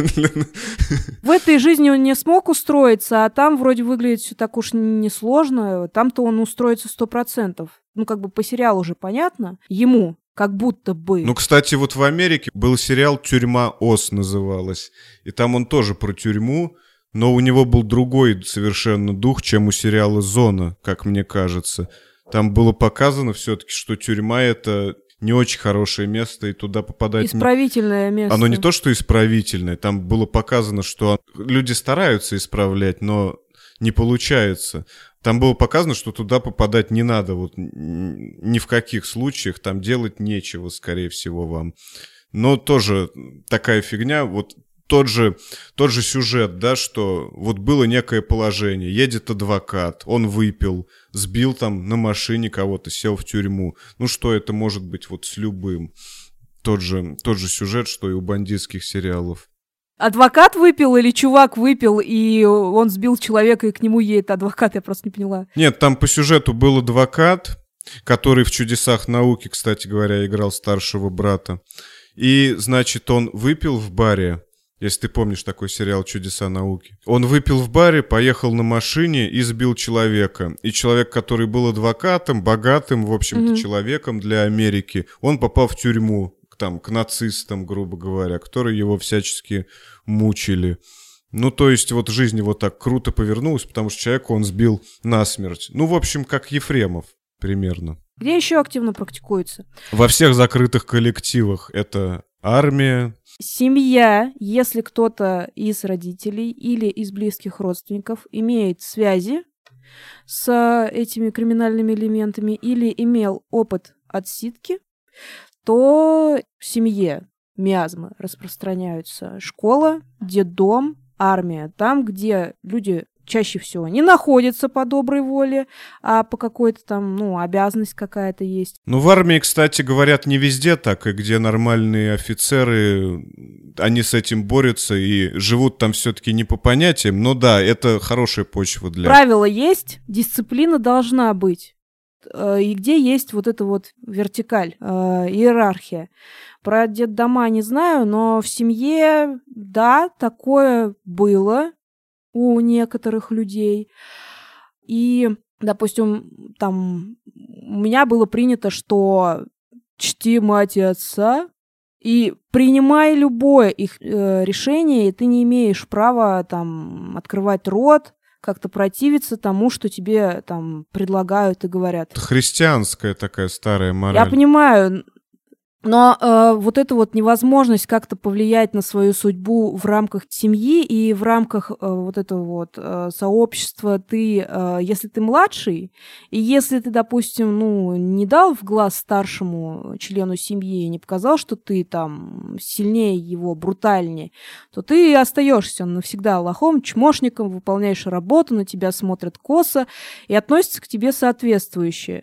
В этой жизни он не смог устроиться, а там вроде выглядит все так уж несложно. Там-то он устроится сто процентов. Ну, как бы по сериалу уже понятно. Ему как будто бы. Ну, кстати, вот в Америке был сериал «Тюрьма Оз» называлась, и там он тоже про тюрьму, но у него был другой совершенно дух, чем у сериала «Зона», как мне кажется. Там было показано все-таки, что тюрьма — это не очень хорошее место, и туда попадать... Исправительное не... место. Оно не то, что исправительное, там было показано, что люди стараются исправлять, но не получается. Там было показано, что туда попадать не надо, вот ни в каких случаях, там делать нечего, скорее всего, вам. Но тоже такая фигня, вот тот же, тот же сюжет, да, что вот было некое положение, едет адвокат, он выпил, сбил там на машине кого-то, сел в тюрьму. Ну что это может быть вот с любым? Тот же, тот же сюжет, что и у бандитских сериалов. Адвокат выпил или чувак выпил, и он сбил человека, и к нему едет адвокат? Я просто не поняла. Нет, там по сюжету был адвокат, который в «Чудесах науки», кстати говоря, играл старшего брата. И, значит, он выпил в баре, если ты помнишь такой сериал «Чудеса науки». Он выпил в баре, поехал на машине и сбил человека. И человек, который был адвокатом, богатым, в общем-то, mm-hmm. человеком для Америки, он попал в тюрьму, там, к нацистам, грубо говоря, которые его всячески мучили. Ну, то есть, вот жизнь его так круто повернулась, потому что человека он сбил насмерть. Ну, в общем, как Ефремов примерно. Где еще активно практикуется? Во всех закрытых коллективах. Это армия. Семья, если кто-то из родителей или из близких родственников имеет связи с этими криминальными элементами или имел опыт отсидки, то в семье миазмы распространяются. Школа, детдом, армия. Там, где люди чаще всего не находятся по доброй воле, а по какой-то там, ну, обязанность какая-то есть. Ну, в армии, кстати, говорят, не везде так, и где нормальные офицеры, они с этим борются и живут там все-таки не по понятиям, но да, это хорошая почва для... Правила есть, дисциплина должна быть. И где есть вот эта вот вертикаль, э, иерархия. Про детдома не знаю, но в семье, да, такое было у некоторых людей. И, допустим, там у меня было принято, что чти мать и отца, и принимай любое их э, решение, и ты не имеешь права там открывать рот, как-то противиться тому, что тебе там предлагают и говорят. Христианская такая старая мораль. Я понимаю, но э, вот эта вот невозможность как-то повлиять на свою судьбу в рамках семьи и в рамках э, вот этого вот э, сообщества, ты, э, если ты младший, и если ты, допустим, ну, не дал в глаз старшему члену семьи, не показал, что ты там сильнее его, брутальнее, то ты остаешься навсегда лохом, чмошником, выполняешь работу, на тебя смотрят косо и относятся к тебе соответствующе.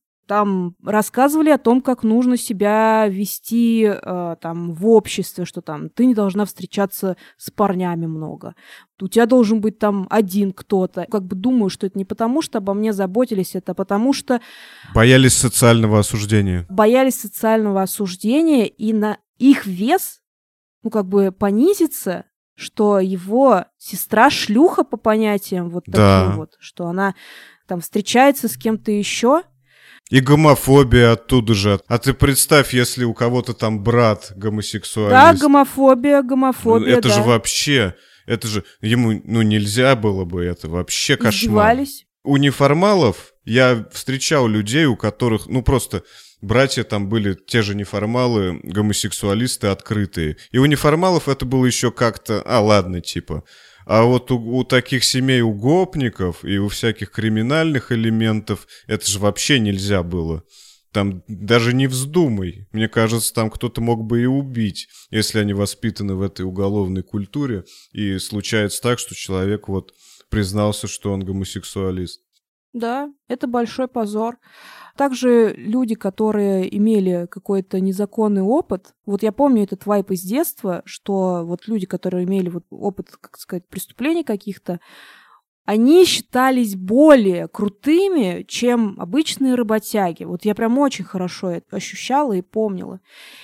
Там рассказывали о том, как нужно себя вести э, там, в обществе, что там ты не должна встречаться с парнями много. У тебя должен быть там один кто-то. Как бы думаю, что это не потому, что обо мне заботились, это потому что... Боялись социального осуждения. Боялись социального осуждения, и на их вес, ну, как бы понизится, что его сестра шлюха по понятиям вот да. таким вот, что она там встречается с кем-то еще. И гомофобия оттуда же. А ты представь, если у кого-то там брат гомосексуалист. Да, гомофобия, гомофобия, Это да. же вообще, это же, ему, ну, нельзя было бы, это вообще кошмар. Издевались. У неформалов я встречал людей, у которых, ну, просто братья там были те же неформалы, гомосексуалисты открытые. И у неформалов это было еще как-то, а, ладно, типа... А вот у, у таких семей, у гопников и у всяких криминальных элементов это же вообще нельзя было. Там даже не вздумай. Мне кажется, там кто-то мог бы и убить, если они воспитаны в этой уголовной культуре. И случается так, что человек вот признался, что он гомосексуалист. Да, это большой позор. Также люди, которые имели какой-то незаконный опыт, вот я помню этот вайп из детства, что вот люди, которые имели вот опыт, как сказать, преступлений каких-то, они считались более крутыми, чем обычные работяги. Вот я прям очень хорошо это ощущала и помнила.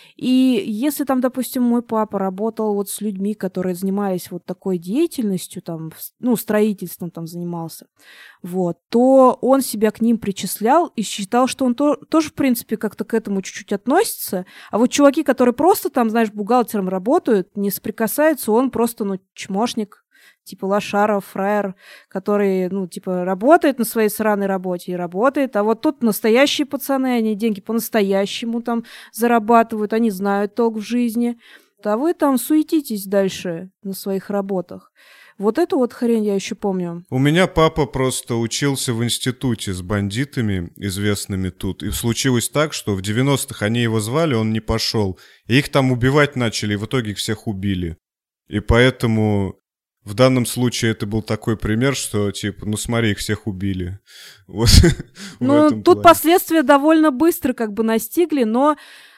И если там, допустим, мой папа работал вот с людьми, которые занимались вот такой деятельностью, там, ну, строительством там занимался, вот, то он себя к ним причислял и считал, что он то, тоже, в принципе, как-то к этому чуть-чуть относится. А вот чуваки, которые просто там, знаешь, бухгалтером работают, не соприкасаются, он просто, ну, чмошник, типа лошара, фраер, который, ну, типа, работает на своей сраной работе и работает, а вот тут настоящие пацаны, они деньги по-настоящему там зарабатывают, они знают толк в жизни, а вы там суетитесь дальше на своих работах. Вот эту вот хрень я еще помню. У меня папа просто учился в институте с бандитами, известными тут, и случилось так, что в девяностых они его звали, он не пошел, и их там убивать начали, и в итоге их всех убили. И поэтому... В данном случае это был такой пример, что, типа, ну смотри, их всех убили. Вот. Ну, тут плане. Последствия довольно быстро как бы настигли, но,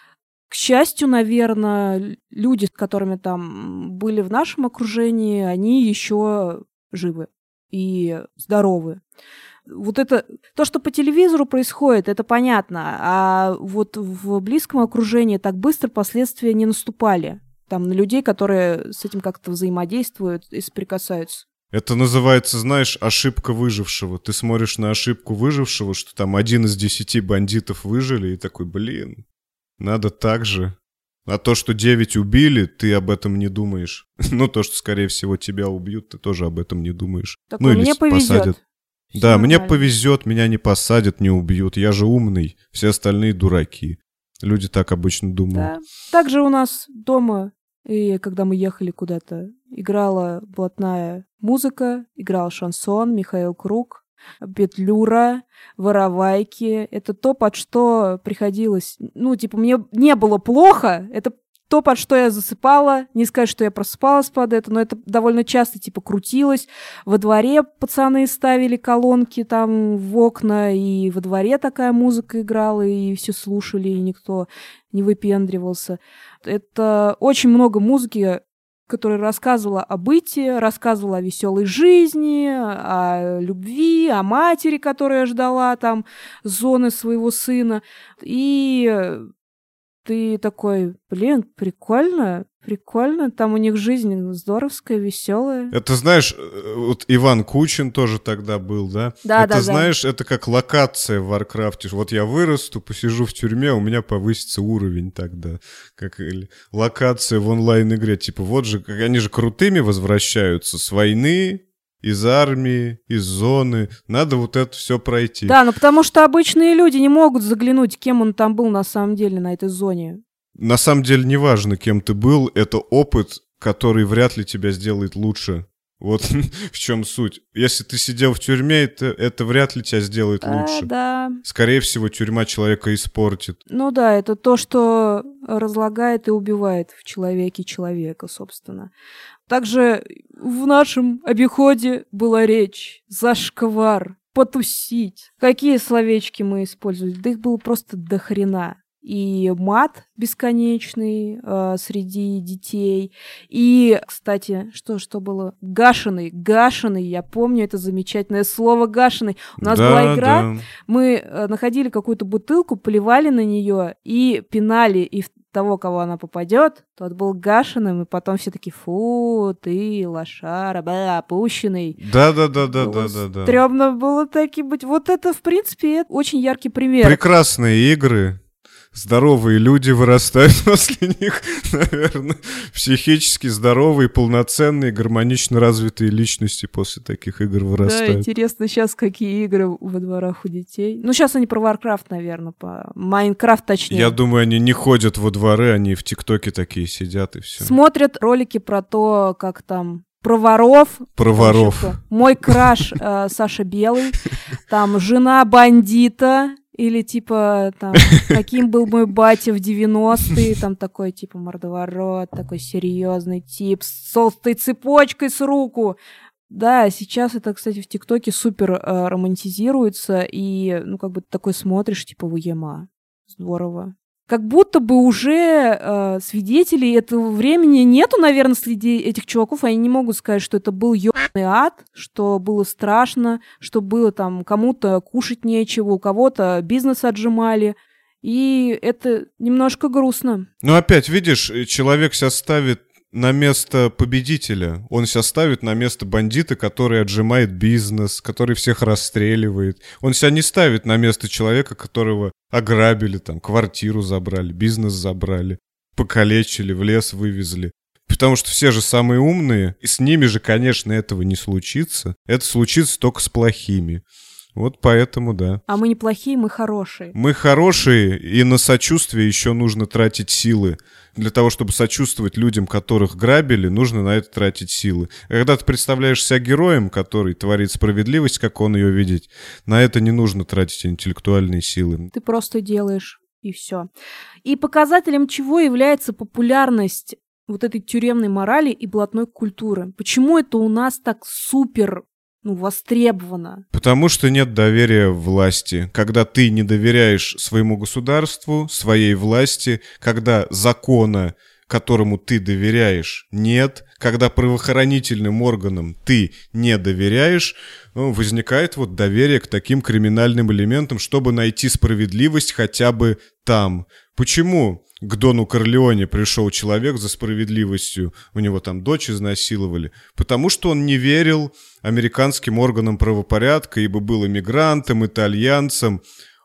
к счастью, наверное, люди, с которыми там были в нашем окружении, они еще живы и здоровы. Вот это, то, что по телевизору происходит, это понятно, а вот в близком окружении так быстро последствия не наступали. Там на людей, которые с этим как-то взаимодействуют и соприкасаются. Это называется, знаешь, ошибка выжившего. Ты смотришь на ошибку выжившего, что там один из десяти бандитов выжили, и такой, блин, надо так же. А то, что девять убили, ты об этом не думаешь. Ну, то, что, скорее всего, тебя убьют, ты тоже об этом не думаешь. Такой, ну, или мне повезет. Посадят. Все да, нормально. Мне повезет, меня не посадят, не убьют. Я же умный, все остальные дураки. Люди так обычно думают. Да. Также у нас дома, и когда мы ехали куда-то, играла блатная музыка, играл шансон, Михаил Круг, Петлюра, Воровайки. Это то, под что приходилось... Ну, типа, мне не было плохо, это то, под что я засыпала, не сказать, что я просыпалась под это, но это довольно часто, типа, крутилось. Во дворе пацаны ставили колонки там в окна, и во дворе такая музыка играла, и все слушали, и никто не выпендривался. Это очень много музыки, которая рассказывала о быте, рассказывала о веселой жизни, о любви, о матери, которая ждала там зоны своего сына. И ты такой, блин, прикольно, прикольно, там у них жизнь здоровская, веселая. Это, знаешь, вот Иван Кучин тоже тогда был, да? Да, это, да, знаешь, да. это как локация в Варкрафте. Вот я вырасту, посижу в тюрьме, у меня повысится уровень тогда. Как или локация в онлайн-игре. Типа вот же, они же крутыми возвращаются с войны, из армии, из зоны. Надо вот это все пройти. Да, ну потому что обычные люди не могут заглянуть, кем он там был на самом деле на этой зоне. На самом деле неважно, кем ты был, это опыт, который вряд ли тебя сделает лучше. Вот в чем суть. Если ты сидел в тюрьме, это, это вряд ли тебя сделает А, лучше. да. Скорее всего, тюрьма человека испортит. Ну да, это то, что разлагает и убивает в человеке человека, собственно. Также в нашем обиходе была речь «зашквар», «потусить». Какие словечки мы использовали? Да их было просто до хрена. И мат бесконечный э, среди детей. И, кстати, что, что было? Гашеный. Гашеный, я помню это замечательное слово гашеный. У нас да, была игра, да. мы э, находили какую-то бутылку, поливали на нее и пинали, и в того, кого она попадет, тот был гашеным, и потом все такие, фу, ты лошара, бля, опущенный. Да-да-да-да-да-да. Стрёмно было таки быть. Вот это, в принципе, это очень яркий пример. Прекрасные игры. Здоровые люди вырастают после них, наверное. Психически здоровые, полноценные, гармонично развитые личности после таких игр вырастают. Да, интересно сейчас, какие игры во дворах у детей. Ну, сейчас они про Warcraft, наверное, по Майнкрафт точнее. Я думаю, они не ходят во дворы, они в ТикТоке такие сидят и все. Смотрят ролики про то, как там... Про воров. Про воров. Мой краш э, Саша Белый. Там жена бандита. Или типа там, каким был мой батя в девяностые. Там такой типа мордоворот, такой серьезный тип с толстой цепочкой с руку. Да, сейчас это, кстати, в ТикТоке супер э, романтизируется. И, ну, как бы ты такой смотришь, типа, уема. Здорово. Как будто бы уже э, свидетелей этого времени нету, наверное, среди этих чуваков. Они не могут сказать, что это был ёбаный ад, что было страшно, что было там кому-то кушать нечего, у кого-то бизнес отжимали. И это немножко грустно. Ну, опять, видишь, человек себя ставит на место победителя. Он себя ставит на место бандита, который отжимает бизнес, который всех расстреливает. Он себя не ставит на место человека, которого ограбили, там, квартиру забрали, бизнес забрали, покалечили, в лес вывезли. Потому что все же самые умные, и с ними же, конечно, этого не случится. Это случится только с плохими. Вот поэтому, да. А мы не плохие, мы хорошие. Мы хорошие, и на сочувствие еще нужно тратить силы. Для того, чтобы сочувствовать людям, которых грабили, нужно на это тратить силы. Когда ты представляешь себя героем, который творит справедливость, как он ее видит, на это не нужно тратить интеллектуальные силы. Ты просто делаешь, и все. И показателем чего является популярность вот этой тюремной морали и блатной культуры? Почему это у нас так супер... ну, востребовано. Потому что нет доверия власти. Когда ты не доверяешь своему государству, своей власти, когда закона, которому ты доверяешь, нет, когда правоохранительным органам ты не доверяешь, ну, возникает вот доверие к таким криминальным элементам, чтобы найти справедливость хотя бы там. Почему к Дону Корлеоне пришел человек за справедливостью, у него там дочь изнасиловали? Потому что он не верил американским органам правопорядка, ибо был иммигрантом, итальянцем,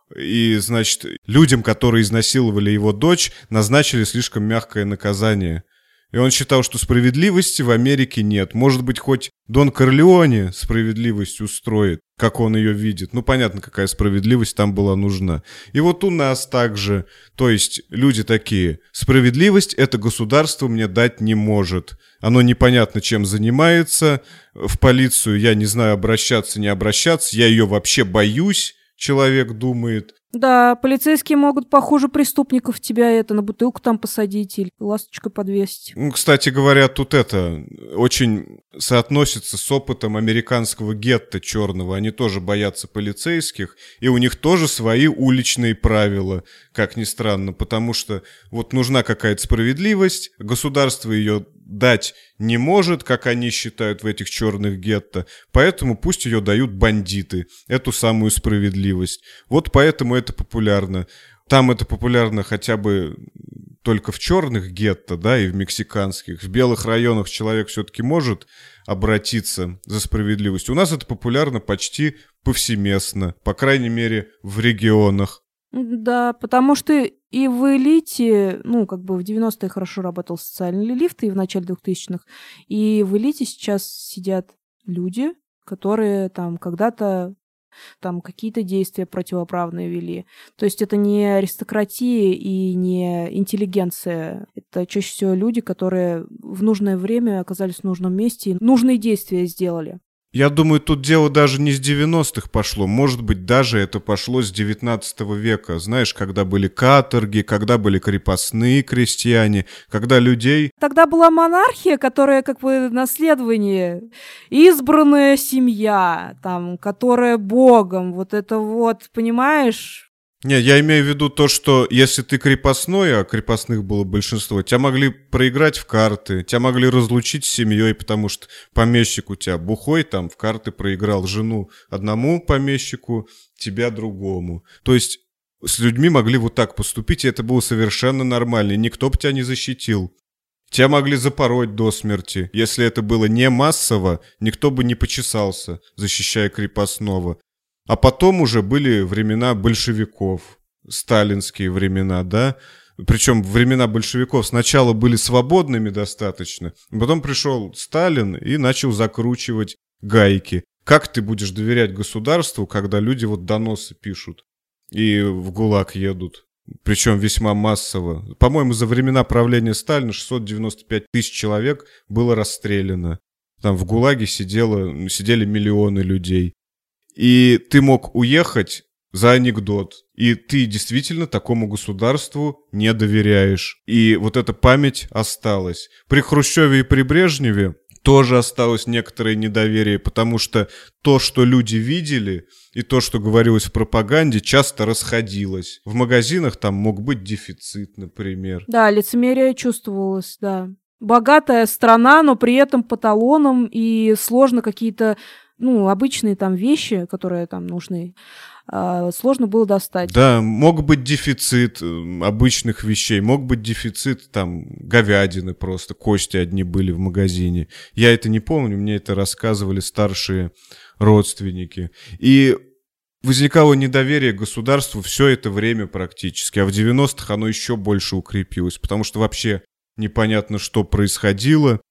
и, значит, людям, которые изнасиловали его дочь, назначили слишком мягкое наказание. И он считал, что справедливости в Америке нет. Может быть, хоть Дон Корлеоне справедливость устроит, как он ее видит. Ну, понятно, какая справедливость там была нужна. И вот у нас также, то есть люди такие, справедливость это государство мне дать не может. Оно непонятно чем занимается. В полицию я не знаю, обращаться, не обращаться. Я ее вообще боюсь, человек думает. Да, полицейские могут похуже преступников тебя это на бутылку там посадить или ласточкой подвесить. Ну, кстати говоря, тут это очень соотносится с опытом американского гетто черного. Они тоже боятся полицейских, и у них тоже свои уличные правила, как ни странно, потому что вот нужна какая-то справедливость, государство ее дать не может, как они считают в этих черных гетто, поэтому пусть ее дают бандиты, эту самую справедливость. Вот поэтому это популярно. Там это популярно хотя бы только в черных гетто, да, и в мексиканских. В белых районах человек все-таки может обратиться за справедливостью. У нас это популярно почти повсеместно, по крайней мере, в регионах. Да, потому что и в элите, ну, как бы в девяностые хорошо работал социальный лифт, и в начале двухтысячных, и в элите сейчас сидят люди, которые там когда-то там какие-то действия противоправные вели. То есть это не аристократия и не интеллигенция. Это чаще всего люди, которые в нужное время оказались в нужном месте и нужные действия сделали. Я думаю, тут дело даже не с девяностых пошло. Может быть, даже это пошло с девятнадцатого века. Знаешь, когда были каторги, когда были крепостные крестьяне, когда людей... Тогда была монархия, которая как бы наследование, избранная семья, там, которая богом, вот это вот, понимаешь... Не, я имею в виду то, что если ты крепостной, а крепостных было большинство, тебя могли проиграть в карты, тебя могли разлучить с семьей, потому что помещик у тебя бухой, там в карты проиграл жену одному помещику, тебя другому. То есть с людьми могли вот так поступить, и это было совершенно нормально, и никто бы тебя не защитил. Тебя могли запороть до смерти. Если это было не массово, никто бы не почесался, защищая крепостного. А потом уже были времена большевиков, сталинские времена, да? Причем времена большевиков сначала были свободными достаточно, потом пришел Сталин и начал закручивать гайки. Как ты будешь доверять государству, когда люди вот доносы пишут и в ГУЛАГ едут? Причем весьма массово. По-моему, за времена правления Сталина шестьсот девяносто пять тысяч человек было расстреляно. Там в ГУЛАГе сидело, сидели миллионы людей. И ты мог уехать за анекдот. И ты действительно такому государству не доверяешь. И вот эта память осталась. При Хрущеве и при Брежневе тоже осталось некоторое недоверие, потому что то, что люди видели, и то, что говорилось в пропаганде, часто расходилось. В магазинах там мог быть дефицит, например. Да, лицемерие чувствовалось, да. Богатая страна, но при этом по талонам, и сложно какие-то, ну, обычные там вещи, которые там нужны, э, сложно было достать. Да, мог быть дефицит обычных вещей, мог быть дефицит там говядины просто, кости одни были в магазине. Я это не помню, мне это рассказывали старшие родственники. И возникало недоверие к государству все это время практически, а в девяностых оно еще больше укрепилось, потому что вообще непонятно, что происходило,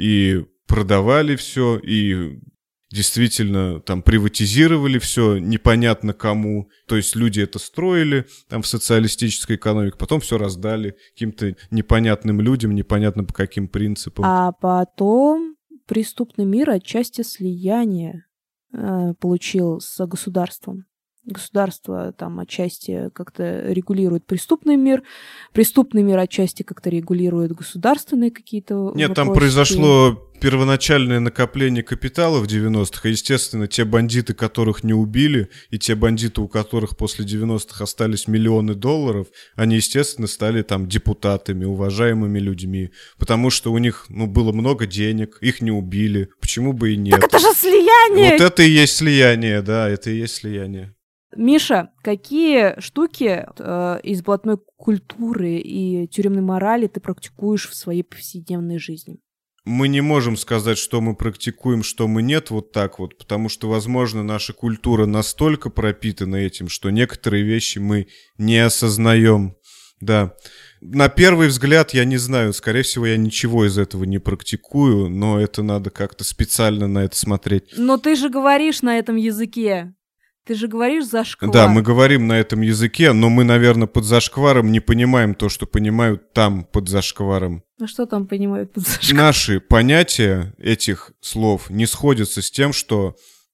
и продавали все, и действительно там приватизировали все непонятно кому. То есть люди это строили там в социалистической экономике, потом все раздали каким-то непонятным людям, непонятно по каким принципам. А потом преступный мир отчасти слияние э, получил с государством. Государство там отчасти как-то регулирует преступный мир, преступный мир отчасти как-то регулирует государственные какие-то Нет, вопросики. там произошло первоначальное накопление капитала в девяностых, и, естественно, те бандиты, которых не убили, и те бандиты, у которых после девяностых остались миллионы долларов, они, естественно, стали там депутатами, уважаемыми людьми, потому что у них, ну, было много денег, их не убили, почему бы и нет. Так это же слияние! Вот это и есть слияние, да, это и есть слияние. Миша, какие штуки э, из блатной культуры и тюремной морали ты практикуешь в своей повседневной жизни? Мы не можем сказать, что мы практикуем, что мы нет, вот так вот, потому что, возможно, наша культура настолько пропитана этим, что некоторые вещи мы не осознаем. Да. На первый взгляд, я не знаю, скорее всего, я ничего из этого не практикую, но это надо как-то специально на это смотреть. Но ты же говоришь на этом языке. Ты же говоришь зашквар. Да, мы говорим на этом языке, но мы, наверное, под зашкваром не понимаем то, что понимают там под зашкваром. Ну что там понимают под зашкваром? Наши понятия этих слов не сходятся с тем, что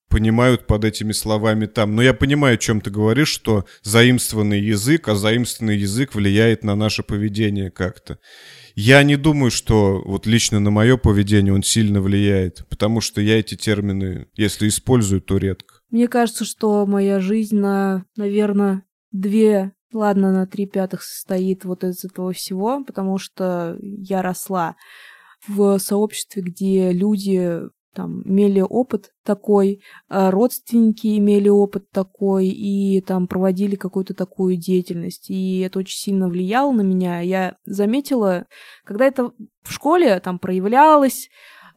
понимают под этими словами там. Но я понимаю, о чем ты говоришь, что заимствованный язык, а заимствованный язык влияет на наше поведение как-то. Я не думаю, что вот лично на мое поведение он сильно влияет, потому что я эти термины, если использую, то редко. Мне кажется, что моя жизнь на, наверное, две, ладно, на три пятых состоит вот из этого всего, потому что я росла в сообществе, где люди там имели опыт такой, родственники имели опыт такой, и там проводили какую-то такую деятельность. И это очень сильно влияло на меня. Я заметила, когда это в школе там проявлялось,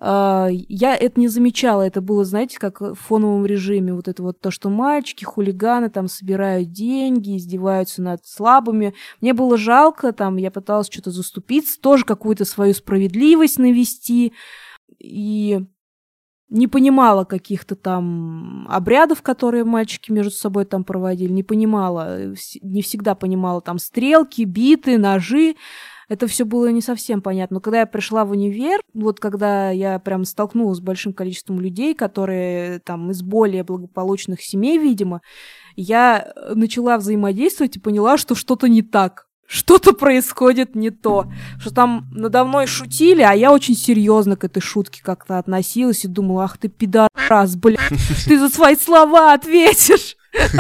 я это не замечала. Это было, знаете, как в фоновом режиме. Вот это вот то, что мальчики, хулиганы там собирают деньги, издеваются над слабыми. Мне было жалко, там я пыталась что-то заступиться, тоже какую-то свою справедливость навести. И не понимала каких-то там обрядов, которые мальчики между собой там проводили, не понимала, не всегда понимала там стрелки, биты, ножи. Это все было не совсем понятно. Но когда я пришла в универ, вот когда я прям столкнулась с большим количеством людей, которые там из более благополучных семей, видимо, я начала взаимодействовать и поняла, что что-то не так. Что-то происходит не то, что там надо мной шутили, а я очень серьезно к этой шутке как-то относилась и думала, ах ты пидорас, блядь, ты за свои слова ответишь.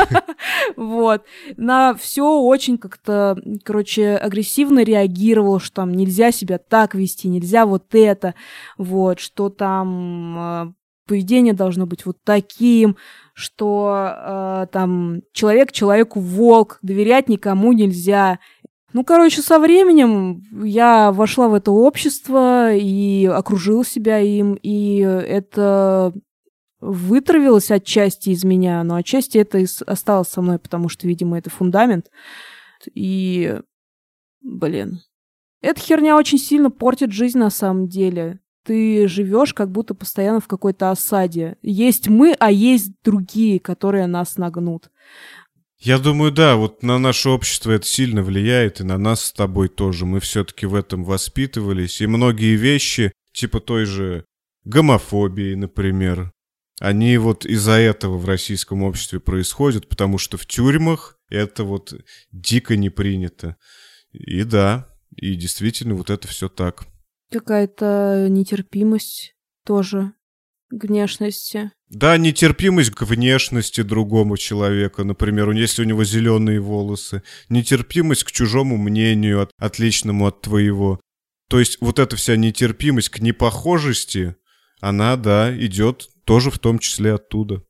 Вот. На все очень как-то, короче, агрессивно реагировала, что там нельзя себя так вести, нельзя вот это, вот, что там поведение должно быть вот таким, что там человек человеку волк, доверять никому нельзя. Ну, короче, со временем я вошла в это общество и окружила себя им, и это вытравилось отчасти из меня, но отчасти это и осталось со мной, потому что, видимо, это фундамент. И, блин, эта херня очень сильно портит жизнь на самом деле. Ты живешь как будто постоянно в какой-то осаде. Есть мы, а есть другие, которые нас нагнут. Я думаю, да, вот на наше общество это сильно влияет, и на нас с тобой тоже. Мы все-таки в этом воспитывались, и многие вещи, типа той же гомофобии, например, они вот из-за этого в российском обществе происходят, потому что в тюрьмах это вот дико не принято. И да, и действительно вот это все так. Какая-то нетерпимость тоже к внешности. Да, нетерпимость к внешности другому человека, например, если у него зеленые волосы, нетерпимость к чужому мнению, от, отличному от твоего. То есть вот эта вся нетерпимость к непохожести, она, да, идет тоже в том числе оттуда.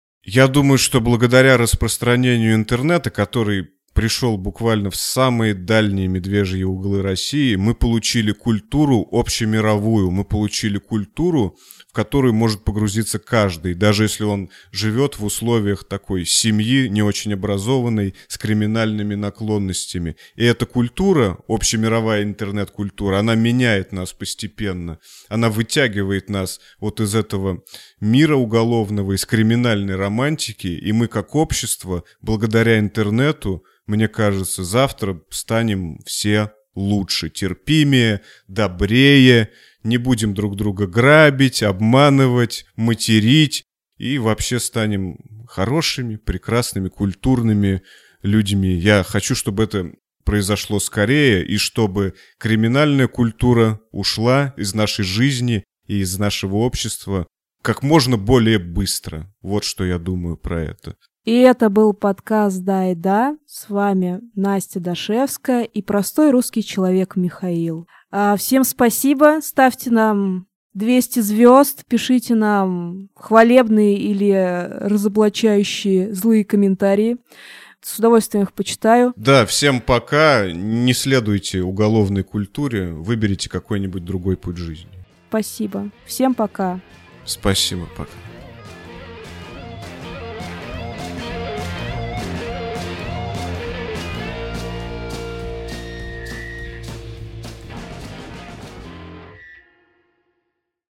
Я думаю, что благодаря распространению интернета, который пришел буквально в самые дальние медвежьи углы России, мы получили культуру общемировую, мы получили культуру, в которую может погрузиться каждый, даже если он живет в условиях такой семьи, не очень образованной, с криминальными наклонностями. И эта культура, общемировая интернет-культура, она меняет нас постепенно. Она вытягивает нас вот из этого мира уголовного, из криминальной романтики, и мы как общество, благодаря интернету, мне кажется, завтра станем все лучше, терпимее, добрее, не будем друг друга грабить, обманывать, материть и вообще станем хорошими, прекрасными, культурными людьми. Я хочу, чтобы это произошло скорее и чтобы криминальная культура ушла из нашей жизни и из нашего общества как можно более быстро. Вот что я думаю про это. И это был подкаст «Да и да». С вами Настя Дашевская и простой русский человек Михаил. А, всем спасибо. Ставьте нам двести звезд, пишите нам хвалебные или разоблачающие злые комментарии. С удовольствием их почитаю. Да, всем пока. Не следуйте уголовной культуре. Выберите какой-нибудь другой путь жизни. Спасибо. Всем пока. Спасибо, пока.